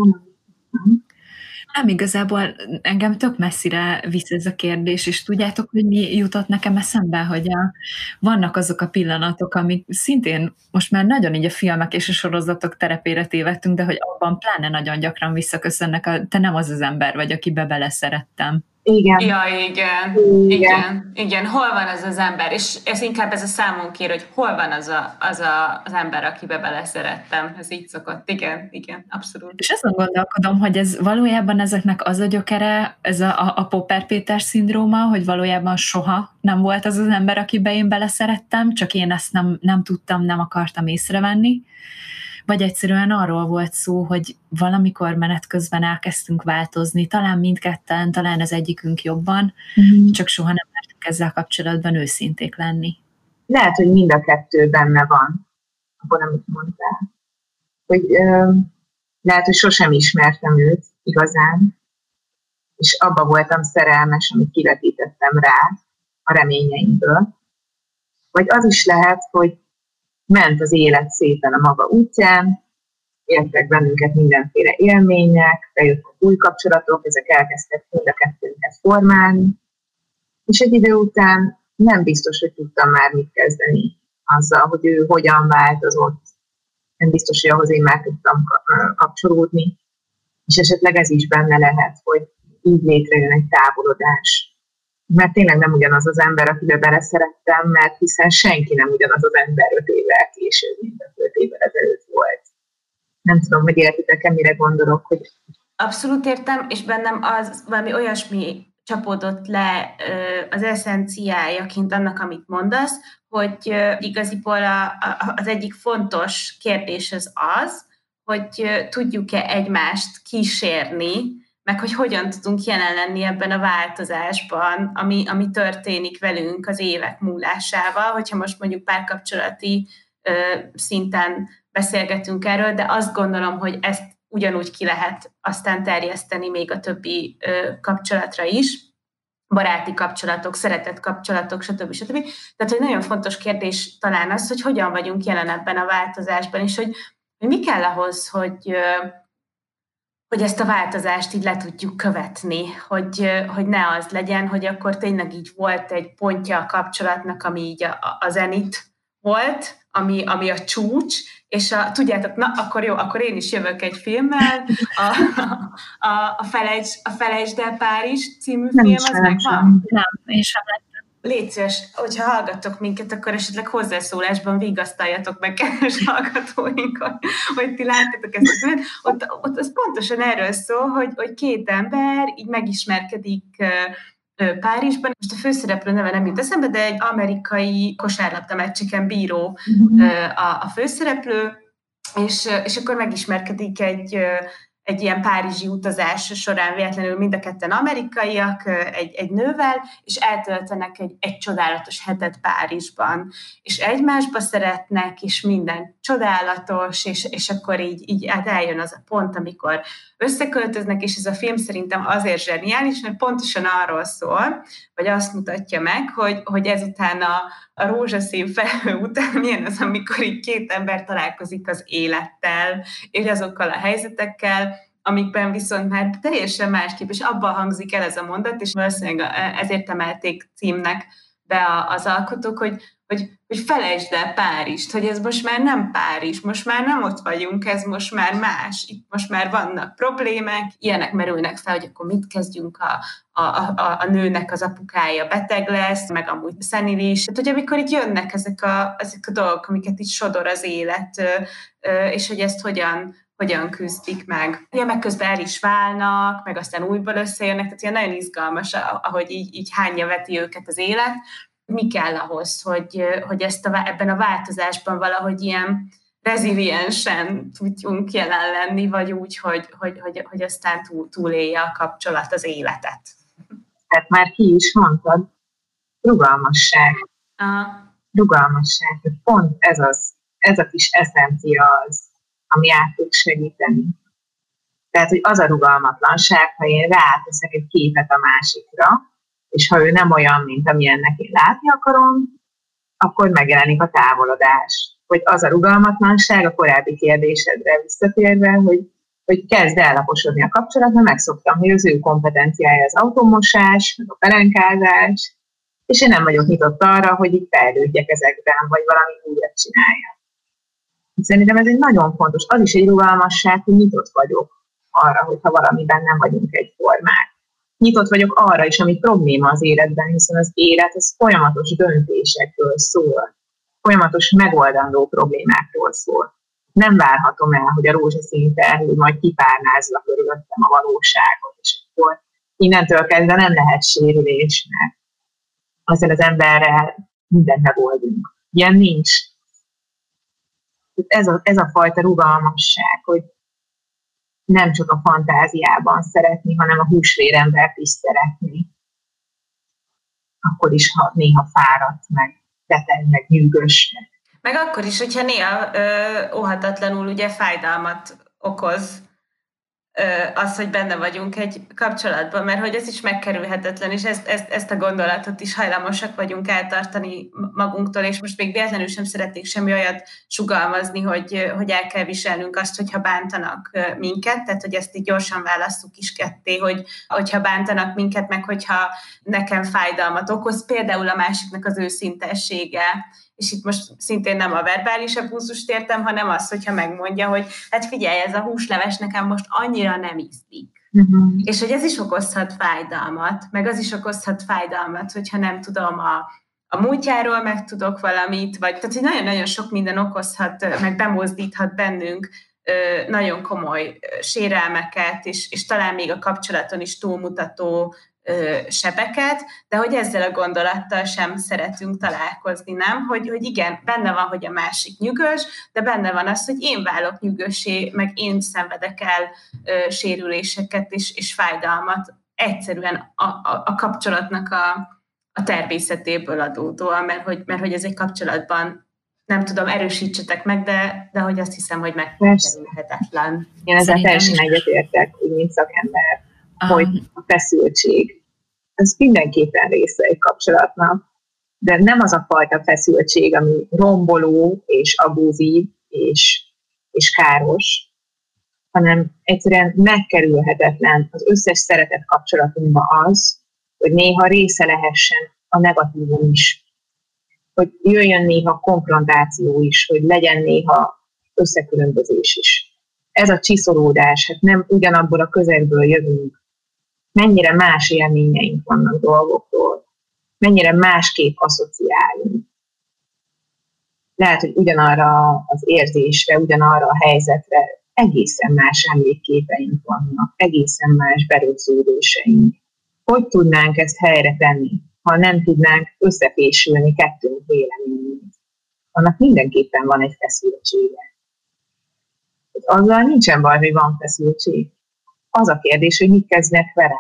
Nem, igazából engem tök messzire visz ez a kérdés, és tudjátok, hogy mi jutott nekem eszembe, hogy vannak azok a pillanatok, amik szintén most már nagyon így a filmek és a sorozatok terepére tévedtünk, de hogy abban pláne nagyon gyakran visszaköszönnek, te nem az az ember vagy, akibe beleszerettem.
Igen.
Ja, igen. Hol van az ember? És ez inkább ez a számon kér, hogy hol van az ember, akibe beleszerettem. Ez így szokott. Igen, abszolút.
És azon gondolkodom, hogy ez valójában ezeknek az a gyökere, ez a Popper Péter szindróma, hogy valójában soha nem volt az ember, akibe én beleszerettem, csak én ezt nem tudtam, nem akartam észrevenni. Vagy egyszerűen arról volt szó, hogy valamikor menet közben elkezdtünk változni, talán mindketten, talán az egyikünk jobban, csak soha nem mertünk ezzel kapcsolatban őszinték lenni.
Lehet, hogy mind a kettő benne van, abban, amit mondtál. Hogy lehet, hogy sosem ismertem őt igazán, és abba voltam szerelmes, amit kivetítettem rá a reményeimből. Vagy az is lehet, hogy ment az élet szépen a maga útján, értek bennünket mindenféle élmények, bejöttek új kapcsolatok, ezek elkezdtek mind a kettőnket formálni, és egy idő után nem biztos, hogy tudtam már mit kezdeni azzal, hogy ő hogyan változott, nem biztos, hogy ahhoz én már tudtam kapcsolódni, és esetleg ez is benne lehet, hogy így létrejön egy távolodás. Mert tényleg nem ugyanaz az ember, akibe beleszerettem, mert hiszen senki nem ugyanaz az ember 5 évvel később, mint 5 évvel ezelőtt volt. Nem tudom, hogy értitek-e, mire gondolok, hogy...
Abszolút értem, és bennem az valami olyasmi csapódott le az eszenciájaként annak, amit mondasz, hogy igaziból az egyik fontos kérdés az, hogy tudjuk-e egymást kísérni, meg hogy hogyan tudunk jelen lenni ebben a változásban, ami történik velünk az évek múlásával, hogyha most mondjuk párkapcsolati szinten beszélgetünk erről, de azt gondolom, hogy ezt ugyanúgy ki lehet aztán terjeszteni még a többi kapcsolatra is, baráti kapcsolatok, szeretett kapcsolatok, stb. Tehát, hogy nagyon fontos kérdés talán az, hogy hogyan vagyunk jelen ebben a változásban, és hogy mi kell ahhoz, hogy ezt a változást így le tudjuk követni, hogy ne az legyen, hogy akkor tényleg így volt egy pontja a kapcsolatnak, ami így a zenit volt, ami a csúcs, és tudjátok, na, akkor jó, akkor én is jövök egy filmmel, a Felejtsd el Párizs című film, az megvan?
Nem, én sem lettem.
Légy szíves, hogyha hallgattok minket, akkor esetleg hozzászólásban vigasztaljatok meg, kedves hallgatóink, hogy ti láttátok ezt a filmet. Ott az pontosan erről szól, hogy két ember így megismerkedik Párizsban. Most a főszereplő neve nem jut eszembe, de egy amerikai kosárlabda meccseken bíró a főszereplő, és akkor megismerkedik egy ilyen párizsi utazás során véletlenül mind a ketten amerikaiak, egy nővel, és eltöltenek egy csodálatos hetet Párizsban. És egymásba szeretnek, és minden csodálatos, és akkor így eljön az a pont, amikor összeköltöznek, és ez a film szerintem azért zseniális, mert pontosan arról szól, vagy azt mutatja meg, hogy ezután a rózsaszín felhő után milyen az, amikor így két ember találkozik az élettel, és azokkal a helyzetekkel, amikben viszont már teljesen másképp, és abban hangzik el ez a mondat, és valószínűleg ezért emelték címnek be az alkotók, hogy felejtsd el Párizst, hogy ez most már nem Párizs, most már nem ott vagyunk, ez most már más, itt most már vannak problémák, ilyenek merülnek fel, hogy akkor mit kezdjünk, a nőnek az apukája beteg lesz, meg amúgy szenilis. Tehát, hogy amikor így jönnek ezek a dolgok, amiket így sodor az élet, és hogy ezt hogyan küzdik meg. Ugye meg közben el is válnak, meg aztán újból összejönnek, tehát ilyen nagyon izgalmas, ahogy így hányja veti őket az élet. Mi kell ahhoz, hogy ebben a változásban valahogy ilyen reziliensen tudjunk jelen lenni, vagy úgy, hogy aztán túlélje a kapcsolat az életet.
Tehát már ki is mondtad, rugalmasság. Rugalmasság. Pont ez a kis eszencia az, ami át tud segíteni. Tehát, hogy az a rugalmatlanság, ha én ráteszek egy képet a másikra, és ha ő nem olyan, mint amilyennek én látni akarom, akkor megjelenik a távolodás. Hogy az a rugalmatlanság, a korábbi kérdésedre visszatérve, hogy kezd ellaposodni a kapcsolat, mert megszoktam, hogy az ő kompetenciája az automosás, a pelenkázás, és én nem vagyok nyitott arra, hogy itt fejlődjek ezekben, vagy valami újat csináljak. Szerintem ez egy nagyon fontos, az is egy rugalmasság, hogy nyitott vagyok arra, hogyha valamiben nem vagyunk egyformák. Nyitott vagyok arra is, ami probléma az életben, hiszen az élet az folyamatos döntésekről szól, folyamatos megoldandó problémákról szól. Nem várhatom el, hogy a rózsaszín felhő majd kipárnázza körülöttem a valóságot, és akkor innentől kezdve nem lehet sérülés, mert aztán az emberrel mindent megoldunk. Ilyen nincs. Ez a fajta rugalmasság, hogy nem csak a fantáziában szeretni, hanem a húsvérembert is szeretni. Akkor is, ha néha fáradt, meg beteg, meg nyűgös.
Meg akkor is, hogyha néha óhatatlanul ugye fájdalmat okoz az, hogy benne vagyunk egy kapcsolatban, mert hogy ez is megkerülhetetlen, és ezt a gondolatot is hajlamosak vagyunk eltartani magunktól, és most még véletlenül sem szeretnék semmi olyat sugalmazni, hogy el kell viselnünk azt, hogyha bántanak minket, tehát hogy ezt így gyorsan válasszuk is ketté, hogyha bántanak minket, meg hogyha nekem fájdalmat okoz, például a másiknak az őszintessége, és itt most szintén nem a verbális abúzust értem, hanem az, hogyha megmondja, hogy hát figyelj, ez a húsleves nekem most annyira nem ízlik. És hogy ez is okozhat fájdalmat, meg az is okozhat fájdalmat, hogyha nem tudom, a múltjáról megtudok valamit, vagy tehát, hogy nagyon-nagyon sok minden okozhat, meg bemozdíthat bennünk nagyon komoly sérelmeket, és talán még a kapcsolaton is túlmutató sebeket, de hogy ezzel a gondolattal sem szeretünk találkozni, nem? Hogy igen, benne van, hogy a másik nyűgös, de benne van az, hogy én válok nyűgösé, meg én szenvedek el sérüléseket és fájdalmat egyszerűen a kapcsolatnak a természetéből adódóan, mert hogy ez egy kapcsolatban, nem tudom, erősítsetek meg, de hogy azt hiszem, hogy megkerülhetetlen.
Én ezzel teljesen egyetértek, úgy mint szakember, hogy a feszültség, ez mindenképpen része egy kapcsolatnak, de nem az a fajta feszültség, ami romboló és abúzív és káros, hanem egyszerűen megkerülhetetlen az összes szeretett kapcsolatunkban az, hogy néha része lehessen a negatívum is, hogy jöjjön néha konfrontáció is, hogy legyen néha összekülönbözés is. Ez a csiszolódás, hát nem ugyanabból a közegből jövünk, mennyire más élményeink vannak dolgokról, mennyire másképp asszociálunk. Lehet, hogy ugyanarra az érzésre, ugyanarra a helyzetre egészen más emlékképeink vannak, egészen más berögződéseink. Hogy tudnánk ezt helyre tenni, ha nem tudnánk összefésülni kettőnk véleményét? Annak mindenképpen van egy feszültsége. Azzal nincsen baj, hogy van feszültség. Az a kérdés, hogy mit kezdnek vele.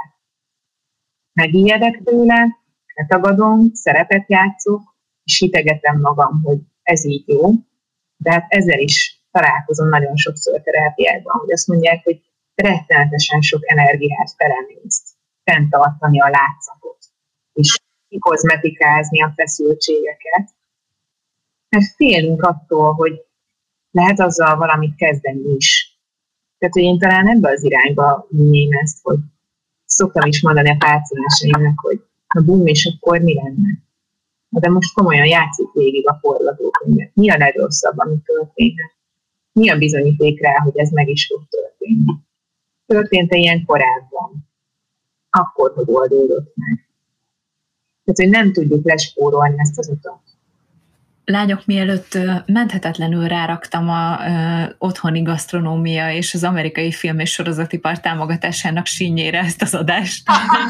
Megijedek tőle, letagadom, szerepet játszok, és hitegetem magam, hogy ez így jó. De hát ezzel is találkozom nagyon sokszor terápiákban, hogy azt mondják, hogy rettenetesen sok energiát felemészt, fenntartani a látszatot, és kikozmetikázni a feszültségeket. Mert félünk attól, hogy lehet azzal valamit kezdeni is. Tehát, hogy én talán ebbe az irányba vinném ezt, hogy szoktam is mondani a pácienseimnek, hogy na bum, és akkor mi lenne? De most komolyan játszik végig a forgatókönyvet. Mi a legrosszabb, ami történhet? Mi a bizonyíték rá, hogy ez meg is fog történni? Történt-e ilyen korábban? Akkor, hogy oldódott meg. Tehát, hogy nem tudjuk lespórolni ezt az utat.
Lányok, mielőtt menthetetlenül ráraktam a otthoni gasztronómia és az amerikai film és sorozatipar támogatásának sínjére ezt az adást.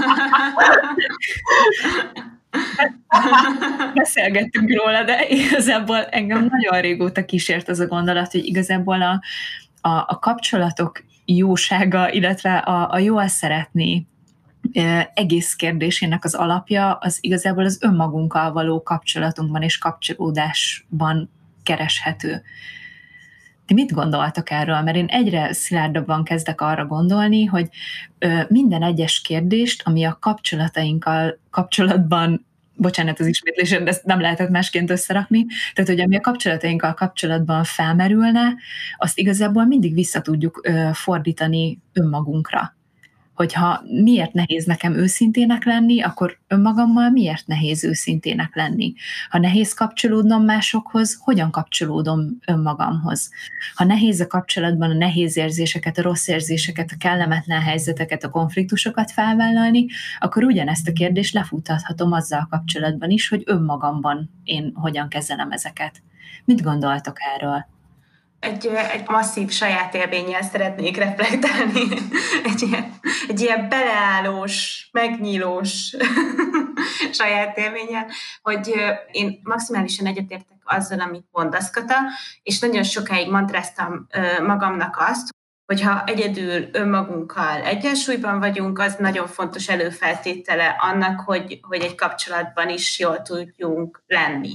Beszélgettünk róla, de igazából engem nagyon régóta kísért az a gondolat, hogy igazából a kapcsolatok jósága, illetve a jól szeretni egész kérdésének az alapja az igazából az önmagunkkal való kapcsolatunkban és kapcsolódásban kereshető. Ti mit gondoltak erről? Mert én egyre szilárdabban kezdek arra gondolni, hogy minden egyes kérdést, ami a kapcsolatainkkal kapcsolatban, bocsánat az ismétlésen, de ezt nem lehetett másként összerakni, tehát hogy ami a kapcsolatainkkal kapcsolatban felmerülne, azt igazából mindig vissza tudjuk fordítani önmagunkra. Hogyha miért nehéz nekem őszintének lenni, akkor önmagammal miért nehéz őszintének lenni? Ha nehéz kapcsolódnom másokhoz, hogyan kapcsolódom önmagamhoz? Ha nehéz a kapcsolatban a nehéz érzéseket, a rossz érzéseket, a kellemetlen helyzeteket, a konfliktusokat felvállalni, akkor ugyanezt a kérdést lefutathatom azzal kapcsolatban is, hogy önmagamban én hogyan kezelem ezeket. Mit gondoltok erről?
Egy masszív saját élménnyel szeretnék reflektálni, egy ilyen beleállós, megnyílós saját élménnyel, hogy én maximálisan egyetértek azzal, amit mondasz, Kata, és nagyon sokáig mantráztam magamnak azt, hogyha egyedül önmagunkkal egyensúlyban vagyunk, az nagyon fontos előfeltétele annak, hogy egy kapcsolatban is jól tudjunk lenni.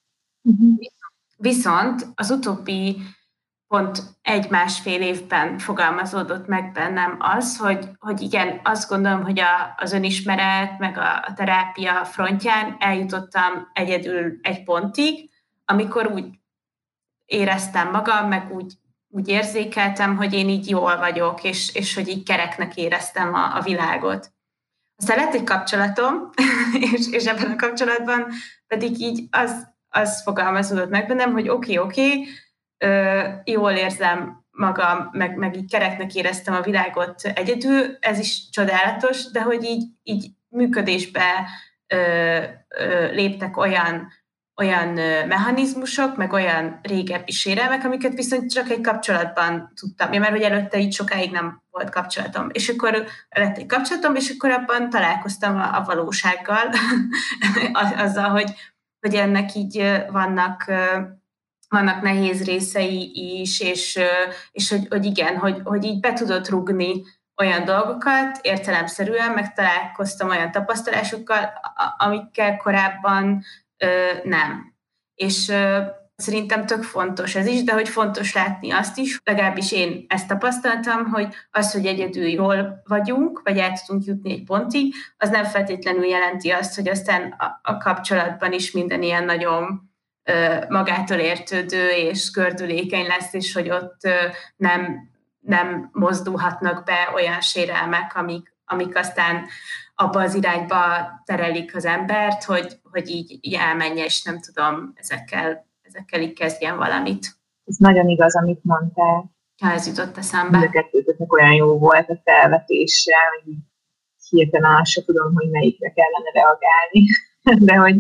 Viszont az utóbbi pont 1-1,5 évben fogalmazódott meg bennem az, hogy igen, azt gondolom, hogy az önismeret, meg a terápia frontján eljutottam egyedül egy pontig, amikor úgy éreztem magam, meg úgy érzékeltem, hogy én így jól vagyok, és hogy így kereknek éreztem a világot. Aztán lett egy kapcsolatom, és ebben a kapcsolatban pedig így az fogalmazódott meg bennem, hogy oké, jól érzem magam, meg így kereknek éreztem a világot egyedül, ez is csodálatos, de hogy így működésbe léptek olyan mechanizmusok, meg olyan régebbi sérelmek, amiket viszont csak egy kapcsolatban tudtam. Mert hogy előtte így sokáig nem volt kapcsolatom. És akkor lett egy kapcsolatom, és akkor abban találkoztam a valósággal, azzal, hogy ennek így vannak nehéz részei is, és hogy igen, hogy így be tudod rugni olyan dolgokat, értelemszerűen megtalálkoztam olyan tapasztalásokkal, amikkel korábban nem. És szerintem tök fontos ez is, de hogy fontos látni azt is, legalábbis én ezt tapasztaltam, hogy az, hogy egyedül jól vagyunk, vagy el tudunk jutni egy pontig, az nem feltétlenül jelenti azt, hogy aztán a kapcsolatban is minden ilyen nagyon magától értődő és gördülékeny lesz, és hogy ott nem mozdulhatnak be olyan sérelmek, amik aztán abba az irányba terelik az embert, hogy így elmenje, és nem tudom, ezekkel így kezdjen valamit.
Ez nagyon igaz, amit mondtál.
Ja, ez jutott eszembe.
De kettőtöknek olyan jó volt a felvetéssel, hogy hirtelen azt se tudom, hogy melyikre kellene reagálni. De hogy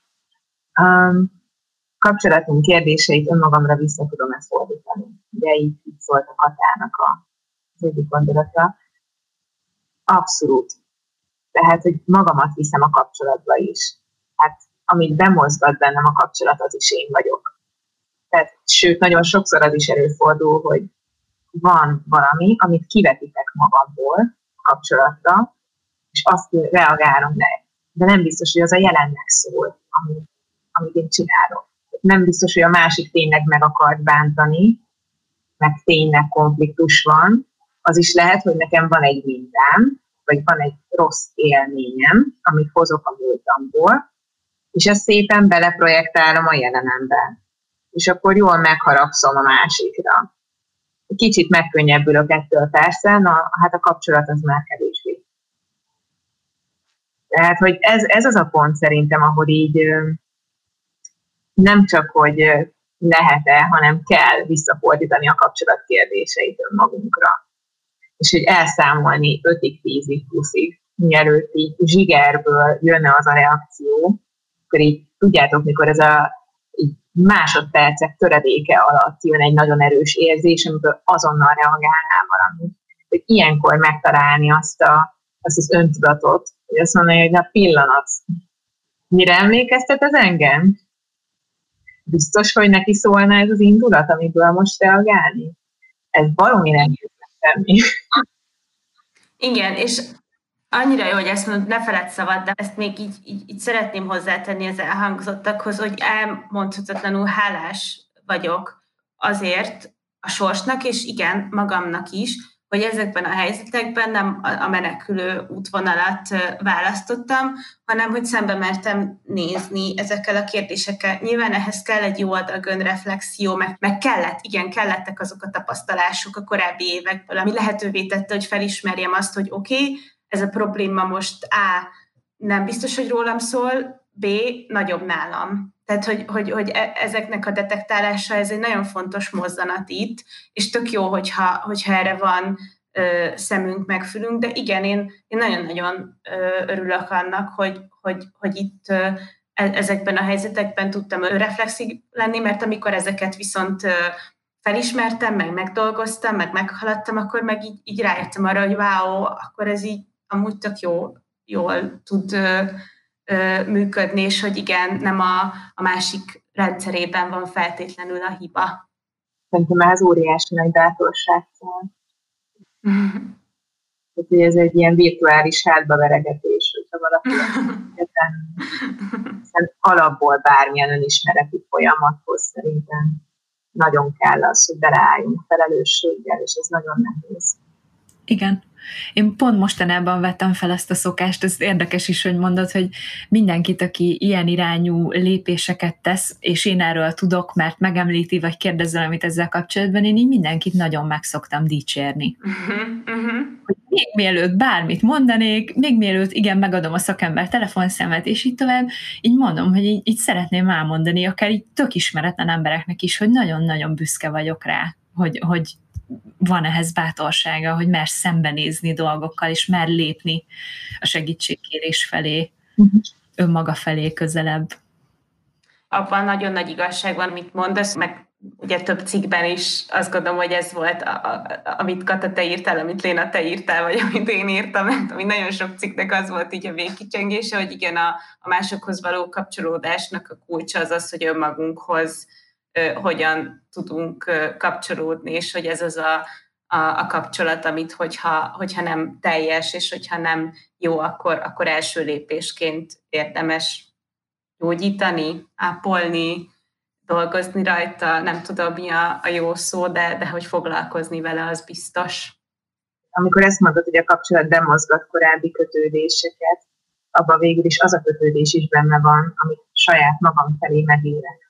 kapcsolatunk kérdéseit önmagamra vissza tudom ezt fordítani. Ugye így szólt a Katának az egyik gondolata. Abszolút. Tehát, hogy magamat viszem a kapcsolatba is. Hát, amit bemozgat bennem a kapcsolat, az is én vagyok. Tehát, sőt, nagyon sokszor az is előfordul, hogy van valami, amit kivetítek magamból a kapcsolatra, és azt reagálom le. De nem biztos, hogy az a jelennek szól, amit én csinálok. Nem biztos, hogy a másik tényleg meg akart bántani, meg tényleg konfliktus van. Az is lehet, hogy nekem van egy mintám, vagy van egy rossz élményem, amit hozok a múltamból, és ezt szépen beleprojektálom a jelenembe. És akkor jól megharagszom a másikra. Kicsit megkönnyebbülök ettől persze, hát a kapcsolat az már kevésbé. Tehát, hogy ez az a pont szerintem, ahol így nem csak, hogy lehet-e, hanem kell visszafordítani a kapcsolat kérdéseit önmagunkra. És hogy elszámolni 5-ig, 10-ig, 20-ig, mielőtt így zsigerből jönne az a reakció, akkor így tudjátok, mikor ez a másodpercek töredéke alatt jön egy nagyon erős érzés, amikor azonnal reagálnál valamit. Hogy ilyenkor megtalálni azt az öntudatot, hogy azt mondani, hogy na pillanat, mire emlékeztet ez engem? Biztos, hogy neki szólna ez az indulat, amiből most reagálni? Ez valami nehéz tenni.
Igen, és annyira jó, hogy ezt mondod, ne feledd szabad, de ezt még így szeretném hozzátenni az elhangzottakhoz, hogy elmondhatatlanul hálás vagyok azért a sorsnak, és igen, magamnak is, hogy ezekben a helyzetekben nem a menekülő útvonalat választottam, hanem hogy szembe mertem nézni ezekkel a kérdésekkel. Nyilván ehhez kell egy jó adag önreflexió, meg kellettek azok a tapasztalások a korábbi évekből, ami lehetővé tette, hogy felismerjem azt, hogy oké, ez a probléma most A, nem biztos, hogy rólam szól, B, nagyobb nálam. Tehát, hogy ezeknek a detektálása, ez egy nagyon fontos mozzanat itt, és tök jó, hogyha erre van szemünk, meg fülünk, de igen, én nagyon-nagyon örülök annak, hogy itt ezekben a helyzetekben tudtam reflexív lenni, mert amikor ezeket viszont felismertem, meg megdolgoztam, meg meghaladtam, akkor meg így rájöttem arra, hogy wow, akkor ez így amúgy tök jól tud működni, és hogy igen, nem a másik rendszerében van feltétlenül a hiba.
Szerintem ez óriási nagy bátorság. Tehát, hogy ez egy ilyen virtuális hátbaveregetés, hogyha valaki hiszen alapból bármilyen önismereti folyamathoz szerintem nagyon kell az, hogy beleálljunk felelősséggel, és ez nagyon nehéz.
Igen. Én pont mostanában vettem fel ezt a szokást, ez érdekes is, hogy mondod, hogy mindenkit, aki ilyen irányú lépéseket tesz, és én erről tudok, mert megemlíti, vagy kérdez valamit ezzel kapcsolatban, én így mindenkit nagyon meg szoktam dicsérni. Hogy még mielőtt bármit mondanék, még mielőtt igen, megadom a szakember telefonszámát, és így tovább, így mondom, hogy így szeretném elmondani, akár így tök ismeretlen embereknek is, hogy nagyon-nagyon büszke vagyok rá, hogy van ehhez bátorsága, hogy mer szembenézni dolgokkal, és mer lépni a segítségkérés felé, önmaga felé közelebb.
Abban nagyon nagy igazság van, amit mondasz, meg ugye több cikkben is azt gondolom, hogy ez volt, amit Kata, te írtál, amit Léna, te írtál, vagy amit én írtam, ami nagyon sok cikknek az volt így a végkicsengése, hogy igen, a másokhoz való kapcsolódásnak a kulcsa az, hogy önmagunkhoz hogyan tudunk kapcsolódni, és hogy ez az a kapcsolat, amit hogyha nem teljes, és hogyha nem jó, akkor első lépésként érdemes gyógyítani, ápolni, dolgozni rajta, nem tudom mi a jó szó, de hogy foglalkozni vele, az biztos.
Amikor ezt mondod, hogy a kapcsolat bemozgat korábbi kötődéseket, abban végül is az a kötődés is benne van, amit saját magam felé megélek.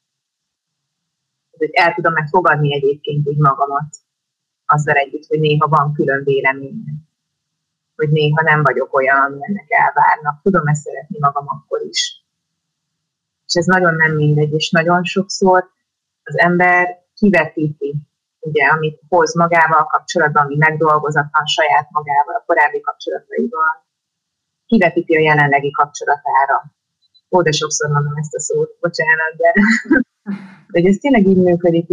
Hogy el tudom megfogadni egyébként úgy magamat azzal együtt, hogy néha van külön véleményem. Hogy néha nem vagyok olyan, amilyennek elvárnak. Tudom ezt szeretni magam akkor is. És ez nagyon nem mindegy, és nagyon sokszor az ember kivetíti, ugye, amit hoz magával kapcsolatban, ami megdolgozatlan saját magával, a korábbi kapcsolataival, kivetíti a jelenlegi kapcsolatára. Ó, de sokszor mondom ezt a szót, bocsánat, de hogy ez tényleg így működik,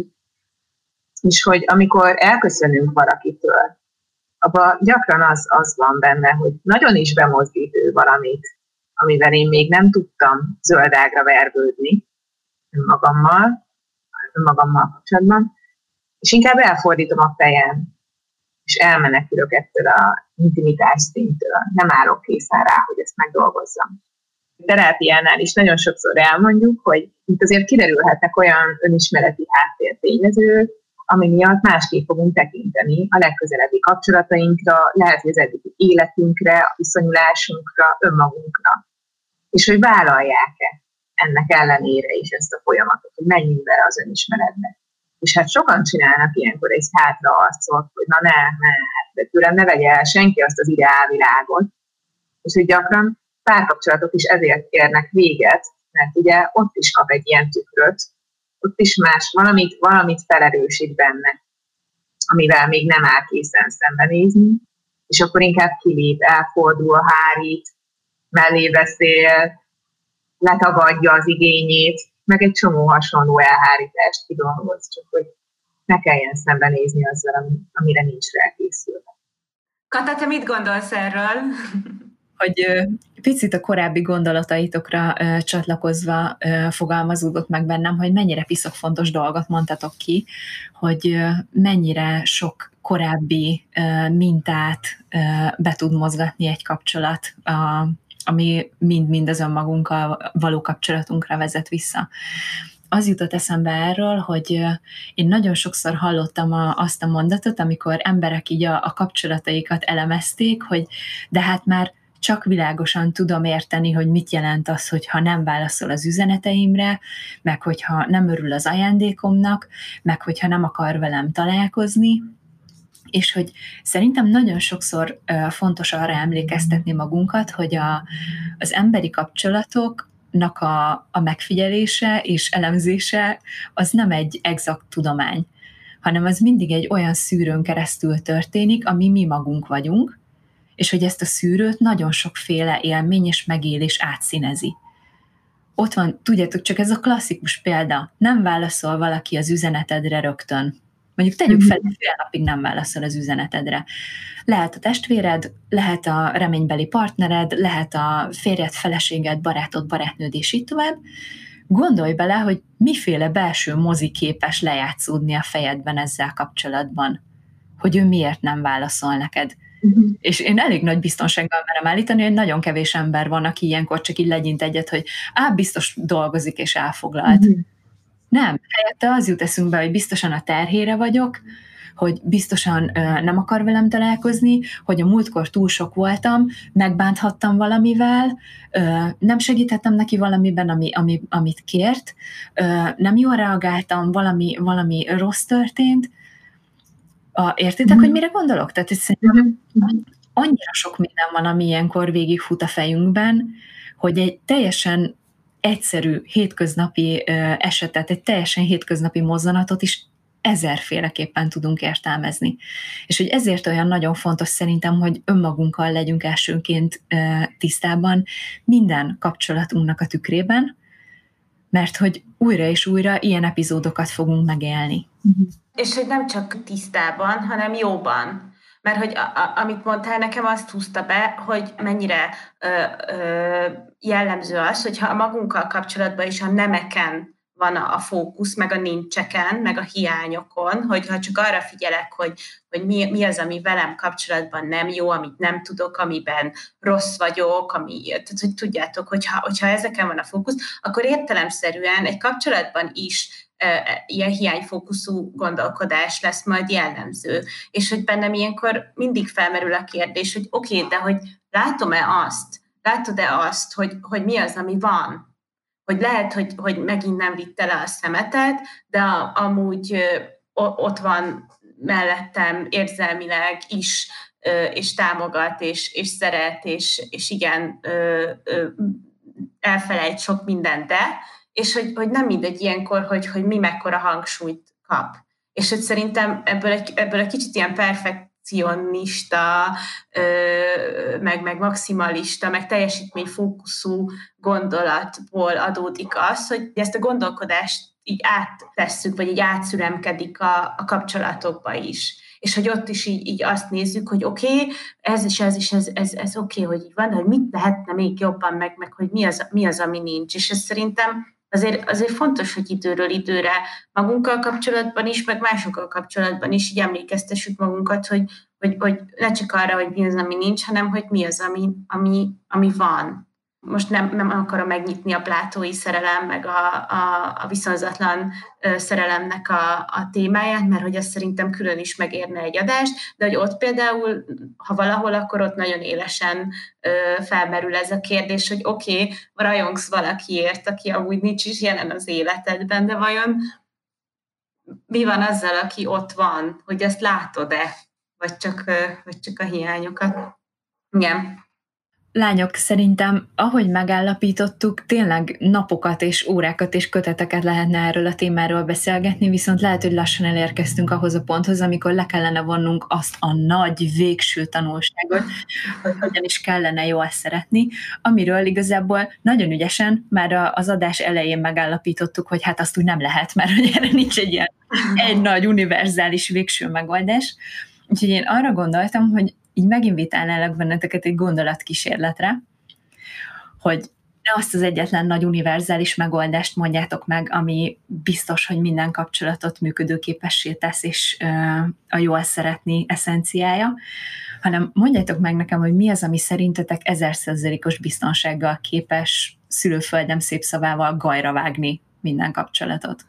és hogy amikor elköszönünk valakitől, abban gyakran az van benne, hogy nagyon is bemozdít ő valamit, amivel én még nem tudtam zöldágra vergődni önmagammal kapcsolatban, és inkább elfordítom a fejem, és elmenekülök ettől az intimitás szintől. Nem állok készen rá, hogy ezt megdolgozzam. A terápiánál is nagyon sokszor elmondjuk, hogy itt azért kiderülhetnek olyan önismereti háttértényezők, ami miatt másképp fogunk tekinteni a legközelebbi kapcsolatainkra, lehet, hogy az eddigi életünkre, a viszonyulásunkra, önmagunkra. És hogy vállalják-e ennek ellenére is ezt a folyamatot, hogy menjünk bele az önismeretbe. És hát sokan csinálnak ilyenkor egy hátraarcot, hogy na de tőlem ne vegye el senki azt az ideálvilágot. És hogy gyakran párkapcsolatok is ezért érnek véget, mert ugye ott is kap egy ilyen tükröt, ott is más, valamit felerősít benne, amivel még nem áll készen szembenézni, és akkor inkább kilép, elfordul, hárít, mellé beszél, letagadja az igényét, meg egy csomó hasonló elhárítást kidolgoz, csak hogy ne kelljen szembenézni azzal, amire nincs rákészülve.
Kata, te mit gondolsz erről?
Hogy picit a korábbi gondolataitokra csatlakozva fogalmazódott meg bennem, hogy mennyire piszok fontos dolgot mondtatok ki, hogy mennyire sok korábbi mintát be tud mozgatni egy kapcsolat, ami mind-mind az önmagunkkal való kapcsolatunkra vezet vissza. Az jutott eszembe erről, hogy én nagyon sokszor hallottam azt a mondatot, amikor emberek így a kapcsolataikat elemezték, hogy de hát már csak világosan tudom érteni, hogy mit jelent az, hogyha nem válaszol az üzeneteimre, meg hogyha nem örül az ajándékomnak, meg hogyha nem akar velem találkozni, és hogy szerintem nagyon sokszor fontos arra emlékeztetni magunkat, hogy az emberi kapcsolatoknak a megfigyelése és elemzése az nem egy exakt tudomány, hanem az mindig egy olyan szűrőn keresztül történik, ami mi magunk vagyunk, és hogy ezt a szűrőt nagyon sokféle élmény és megélés átszínezi. Ott van, tudjátok, csak ez a klasszikus példa, nem válaszol valaki az üzenetedre rögtön. Mondjuk tegyük fel, hogy fél napig nem válaszol az üzenetedre. Lehet a testvéred, lehet a reménybeli partnered, lehet a férjed, feleséged, barátod, barátnőd, és így tovább. Gondolj bele, hogy miféle belső mozi képes lejátszódni a fejedben ezzel kapcsolatban, hogy ő miért nem válaszol neked. És én elég nagy biztonsággal merem állítani, hogy nagyon kevés ember van, aki ilyenkor csak így legyint egyet, hogy biztos dolgozik és elfoglalt. Nem, helyette az jut eszünkbe, hogy biztosan a terhére vagyok, hogy biztosan nem akar velem találkozni, hogy a múltkor túl sok voltam, megbánthattam valamivel, nem segítettem neki valamiben, amit kért, nem jól reagáltam, valami rossz történt. Értitek, hogy mire gondolok? Tehát szerintem annyira sok minden van, ami ilyenkor végigfut a fejünkben, hogy egy teljesen egyszerű, hétköznapi esetet, egy teljesen hétköznapi mozzanatot is ezerféleképpen tudunk értelmezni. És hogy ezért olyan nagyon fontos szerintem, hogy önmagunkkal legyünk elsőként tisztában minden kapcsolatunknak a tükrében, mert hogy újra és újra ilyen epizódokat fogunk megélni.
És hogy nem csak tisztában, hanem jóban. Mert hogy amit mondtál, nekem azt húzta be, hogy mennyire jellemző az, hogyha a magunkkal kapcsolatban is a nemeken van a fókusz, meg a nincseken, meg a hiányokon, hogyha csak arra figyelek, hogy mi az, ami velem kapcsolatban nem jó, amit nem tudok, amiben rossz vagyok, tehát, hogy tudjátok, hogyha ezeken van a fókusz, akkor értelemszerűen egy kapcsolatban is ilyen hiányfókuszú gondolkodás lesz majd jellemző. És hogy bennem ilyenkor mindig felmerül a kérdés, hogy oké, de hogy látod-e azt, hogy mi az, ami van? Hogy lehet, hogy megint nem vitte le a szemetet, de amúgy ott van mellettem érzelmileg is, és támogat, és szeret, és igen, elfelejt sok mindent, és hogy nem mindegy ilyenkor, hogy mi mekkora hangsúlyt kap. És hogy szerintem ebből egy kicsit ilyen perfekcionista, meg maximalista, meg teljesítményfókuszú gondolatból adódik az, hogy ezt a gondolkodást így áttesszük, vagy így átszüremkedik a kapcsolatokba is. És hogy ott is így azt nézzük, hogy oké, ez oké, hogy így van, de hogy mit lehetne még jobban, meg hogy mi az, ami nincs. És ez szerintem azért fontos, hogy időről időre magunkkal kapcsolatban is, meg másokkal kapcsolatban is így emlékeztessük magunkat, hogy ne csak arra, hogy mi az, ami nincs, hanem hogy mi az, ami van. Most nem akarom megnyitni a plátói szerelem, meg a viszonzatlan szerelemnek a témáját, mert hogy azt szerintem külön is megérne egy adást, de hogy ott például, ha valahol, akkor ott nagyon élesen felmerül ez a kérdés, hogy oké, rajongsz valakiért, aki amúgy nincs is jelen az életedben, de vajon mi van azzal, aki ott van, hogy ezt látod-e, vagy csak a hiányokat? Igen.
Lányok, szerintem, ahogy megállapítottuk, tényleg napokat és órákat és köteteket lehetne erről a témáról beszélgetni, viszont lehet, hogy lassan elérkeztünk ahhoz a ponthoz, amikor le kellene vonnunk azt a nagy végső tanulságot, hogy hogyan is kellene jól szeretni, amiről igazából nagyon ügyesen már az adás elején megállapítottuk, hogy hát azt úgy nem lehet, mert hogy erre nincs egy nagy univerzális végső megoldás. Úgyhogy én arra gondoltam, hogy így meginvitálnálak benneteket egy gondolatkísérletre, hogy ne azt az egyetlen nagy univerzális megoldást mondjátok meg, ami biztos, hogy minden kapcsolatot működőképessé tesz, és a jól szeretni eszenciája, hanem mondjátok meg nekem, hogy mi az, ami szerintetek 1000%-os biztonsággal képes szülőföldem szép szavával gajra vágni minden kapcsolatot.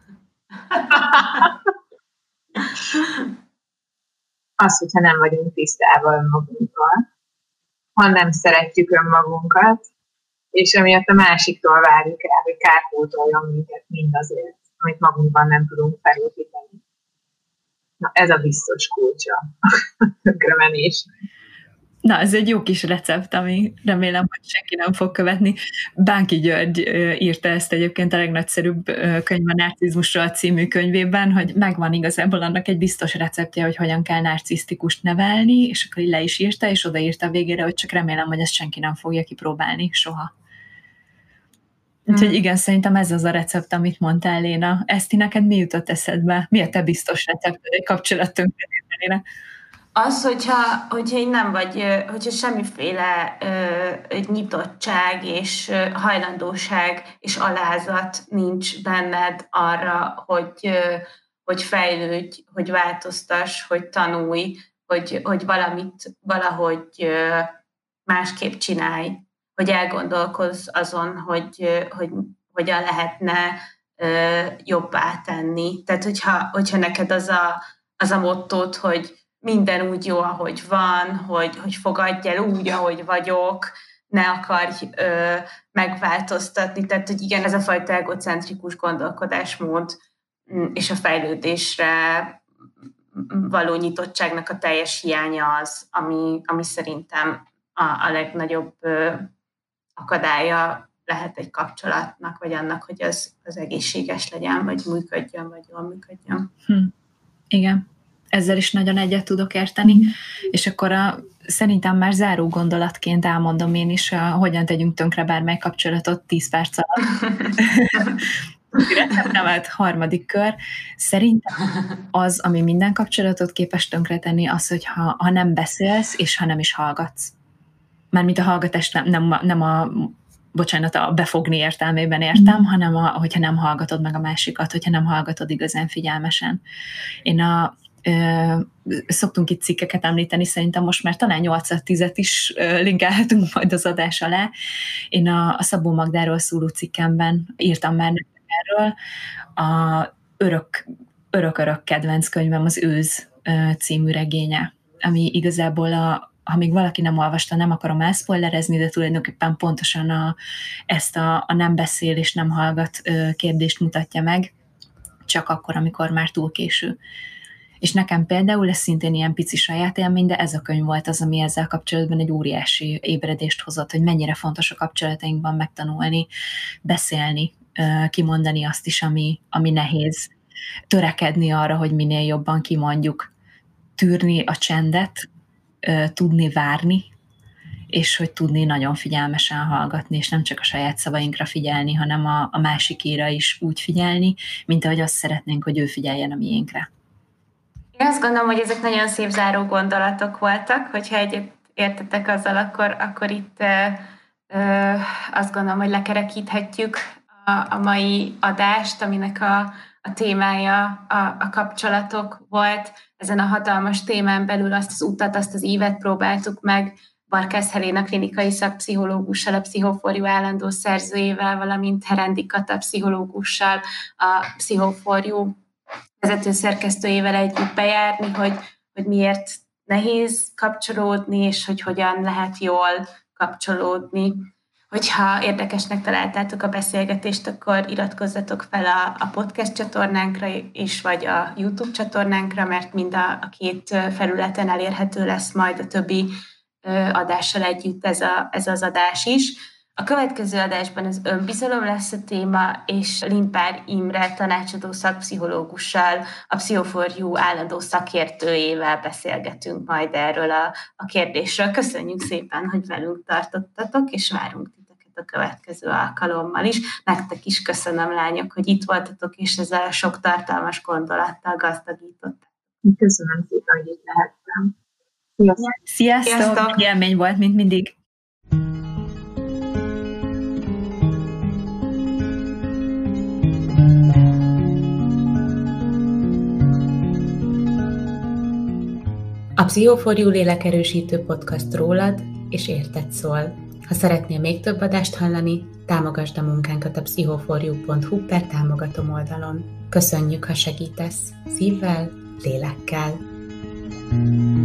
Az, hogyha nem vagyunk tisztában önmagunkkal, ha nem szeretjük önmagunkat, és emiatt a másiktól várjuk el, hogy kárpótoljon minket mindazért, amit magunkban nem tudunk felépíteni. Na, ez a biztos kulcsa a tönkremenésnek.
Na, ez egy jó kis recept, ami remélem, hogy senki nem fog követni. Bánki György írta ezt egyébként a legnagyszerűbb könyv a Narcizmusról című könyvében, hogy megvan igazából annak egy biztos receptje, hogy hogyan kell narcisztikust nevelni, és akkor így le is írta, és odaírta a végére, hogy csak remélem, hogy ezt senki nem fogja kipróbálni soha. Úgyhogy igen, szerintem ez az a recept, amit mondtál, Léna. Eszti, neked mi jutott eszedbe? Mi a te biztos recepted egy kapcsolattönkretében, Léna?
Az, hogyha így nem vagy, hogyha semmiféle nyitottság és hajlandóság és alázat nincs benned arra, hogy fejlődj, hogy változtass, hogy tanulj, hogy valamit valahogy másképp csinálj, hogy elgondolkozz azon, hogy hogyan lehetne jobbá tenni. Tehát, hogyha neked az az a mottót, hogy minden úgy jó, ahogy van, hogy fogadj el úgy, ahogy vagyok, ne akarj megváltoztatni. Tehát, hogy igen, ez a fajta egocentrikus gondolkodásmód és a fejlődésre való nyitottságnak a teljes hiánya az, ami szerintem a legnagyobb akadálya lehet egy kapcsolatnak, vagy annak, hogy az egészséges legyen, vagy működjön, vagy jól működjön.
Igen, ezzel is nagyon egyet tudok érteni, és akkor szerintem már záró gondolatként elmondom én is, hogyan tegyünk tönkre bármely kapcsolatot 10 perc alatt. Receptemet harmadik kör. Szerintem az, ami minden kapcsolatot képes tönkretenni, az, hogy ha nem beszélsz, és ha nem is hallgatsz. Mármint a hallgatást nem a befogni értelmében értem, hanem hogyha nem hallgatod meg a másikat, hogyha nem hallgatod igazán figyelmesen. Szoktunk itt cikkeket említeni, szerintem most már talán 8-10-et is linkelhetünk majd az adás alá. Én a Szabó Magdáról szóló cikkemben írtam már erről. A örök kedvenc könyvem az Őz című regénye, ami igazából ha még valaki nem olvasta, nem akarom elszpoilerezni, de tulajdonképpen pontosan ezt a nem beszél és nem hallgat kérdést mutatja meg, csak akkor, amikor már túl késő. És nekem például ez szintén ilyen pici saját élmény, de ez a könyv volt az, ami ezzel kapcsolatban egy óriási ébredést hozott, hogy mennyire fontos a kapcsolatainkban megtanulni, beszélni, kimondani azt is, ami nehéz, törekedni arra, hogy minél jobban kimondjuk, tűrni a csendet, tudni várni, és hogy tudni nagyon figyelmesen hallgatni, és nem csak a saját szavainkra figyelni, hanem a másikéra is úgy figyelni, mint ahogy azt szeretnénk, hogy ő figyeljen a miénkre.
Én azt gondolom, hogy ezek nagyon szép záró gondolatok voltak, hogyha egyet értetek azzal, akkor itt azt gondolom, hogy lekerekíthetjük a mai adást, aminek a témája a kapcsolatok volt. Ezen a hatalmas témán belül azt az utat, azt az ívet próbáltuk meg Barkász Heléna klinikai szakpszichológussal, a Pszicho4You állandó szerzőjével, valamint Herendi Kata pszichológussal, a Pszicho4You vezető szerkesztőjével együtt bejárni, hogy miért nehéz kapcsolódni, és hogy hogyan lehet jól kapcsolódni. Hogyha érdekesnek találtátok a beszélgetést, akkor iratkozzatok fel a podcast csatornánkra is, vagy a YouTube csatornánkra, mert mind a két felületen elérhető lesz majd a többi adással együtt ez az adás is. A következő adásban az önbizalom lesz a téma, és Limpár Imre tanácsadó szakpszichológussal, a Pszicho4You állandó szakértőjével beszélgetünk majd erről a kérdésről. Köszönjük szépen, hogy velünk tartottatok, és várunk titeket a következő alkalommal is. Nektek is köszönöm, lányok, hogy itt voltatok, és ezzel a sok tartalmas gondolattal gazdagítottak.
Köszönöm szépen, hogy itt lehettem.
Sziasztok! Élmény volt, mint mindig.
A Pszicho4You lélekerősítő podcast rólad és érted szól. Ha szeretnél még több adást hallani, támogasd a munkánkat a pszicho4you.hu/támogatom oldalon. Köszönjük, ha segítesz szívvel, lélekkel.